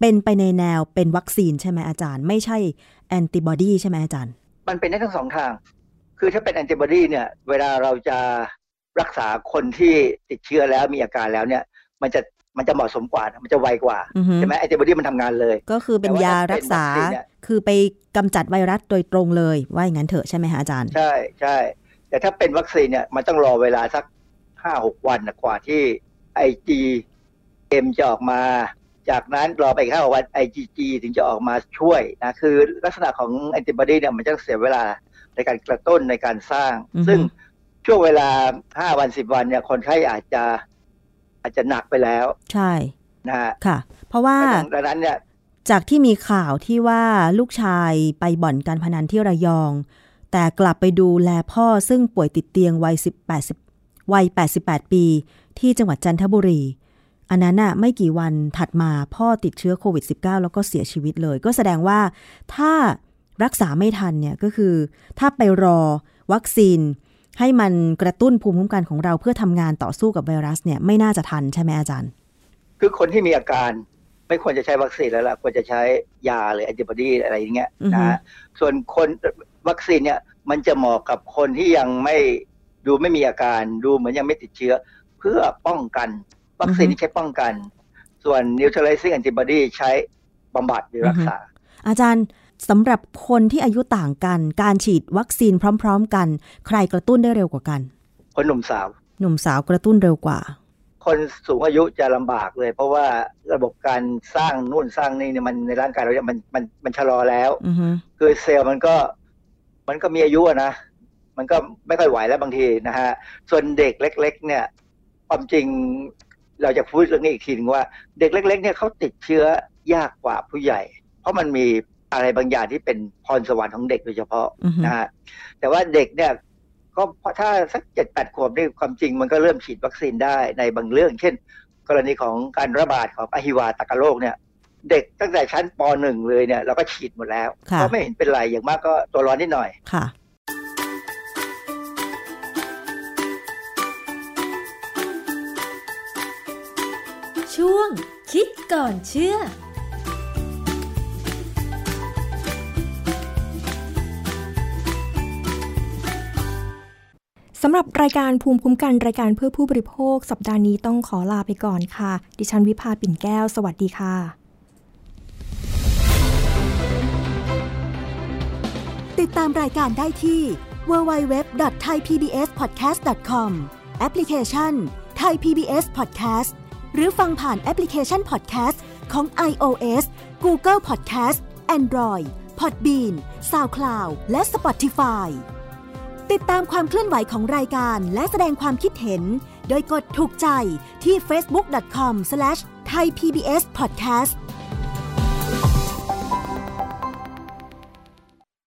เป็นไปในแนวเป็นวัคซีนใช่ไหมอาจารย์ไม่ใช่แอนติบอดีใช่ไหมอาจารย์มันเป็นได้ทั้งสองทางคือถ้าเป็นแอนติบอดีเนี่ยเวลาเราจะรักษาคนที่ติดเชื้อแล้วมีอาการแล้วเนี่ยมันจะเหมาะสมกว่ามันจะไวกว่าใช่ไหมแอนติบอดีมันทำงานเลยก็คือเป็นยารักษาคือไปกำจัดไวรัสโดยตรงเลยว่าอย่างนั้นเถอะใช่ไหมฮะอาจารย์ใช่ใช่แต่ถ้าเป็นวัคซีนเนี่ยมันต้องรอเวลาสัก 5-6 วันกว่าที่ IgM จะออกมาจากนั้นรอไปอีก5 วัน IgG ถึงจะออกมาช่วยนะคือลักษณะของแอนติบอดีเนี่ยมันจะเสียเวลาในการกระตุ้นในการสร้างซึ่งช่วงเวลา5 วัน10 วันเนี่ยคนไข้อาจจะหนักไปแล้วใช่นะฮะค่ะเพราะว่าดังนั้นเนี่ยจากที่มีข่าวที่ว่าลูกชายไปบ่อนการพนันที่ระยองแต่กลับไปดูแลพ่อซึ่งป่วยติดเตียงวัย88 ปีที่จังหวัดจันทบุรีอันนั้นน่ะไม่กี่วันถัดมาพ่อติดเชื้อโควิด -19 แล้วก็เสียชีวิตเลยก็แสดงว่าถ้ารักษาไม่ทันเนี่ยก็คือถ้าไปรอวัคซีนให้มันกระตุ้นภูมิคุ้มกันของเราเพื่อทำงานต่อสู้กับไวรัสเนี่ยไม่น่าจะทันใช่ไหมอาจารย์คือคนที่มีอาการไม่ควรจะใช้วัคซีนแล้วล่ะควรจะใช้ยาหรือแอนติบอดีอะไรอย่างเงี้ยนะส่วนคนวัคซีนเนี่ยมันจะเหมาะกับคนที่ยังไม่มีอาการดูเหมือนยังไม่ติดเชื้อเพื่อป้องกันวัคซีนที่ใช้ป้องกันส่วน neutralizing antibody ใช้บำบัดหรือรักษาอาจารย์สำหรับคนที่อายุต่างกันการฉีดวัคซีนพร้อมๆกันใครกระตุ้นได้เร็วกว่ากันคนหนุ่มสาวกระตุ้นเร็วกว่าคนสูงอายุจะลำบากเลยเพราะว่าระบบการสร้างนู่นสร้างนี่เนี่ยมันในร่างกายเราเนี่ยมันชะลอแล้วคือเซลล์มันก็มีอายุนะมันก็ไม่ค่อยไหวแล้วบางทีนะฮะส่วนเด็กเล็กๆเนี่ยความจริงเราจะพูดเรื่องนี้อีกทีนึงว่าเด็กเล็กๆเนี่ยเขาติดเชื้อยากกว่าผู้ใหญ่เพราะมันมีอะไรบางอย่างที่เป็นพรสวรรค์ของเด็กโดยเฉพาะนะฮะแต่ว่าเด็กเนี่ยก็ถ้าสัก 7-8 ขวบนี่ความจริงมันก็เริ่มฉีดวัคซีนได้ในบางเรื่องเช่นกรณีของการระบาดของอหิวาตกโรคเนี่ยเด็กตั้งแต่ชั้นป .1 เลยเนี่ยเราก็ฉีดหมดแล้วก็ไม่เห็นเป็นไรอย่างมากก็ตัวร้อนนิดหน่อยค่ะช่วงคิดก่อนเชื่อสำหรับรายการภูมิคุ้มกันรายการเพื่อผู้บริโภคสัปดาห์นี้ต้องขอลาไปก่อนค่ะดิฉันวิภาปิ่นแก้วสวัสดีค่ะติดตามรายการได้ที่ www.thaipbspodcast.com แอปพลิเคชัน Thai PBS Podcast หรือฟังผ่านแอปพลิเคชัน Podcast ของ iOS Google Podcast Android Podbean SoundCloud และ Spotifyติดตามความเคลื่อนไหวของรายการและแสดงความคิดเห็นโดยกดถูกใจที่ facebook.com/thaipbspodcast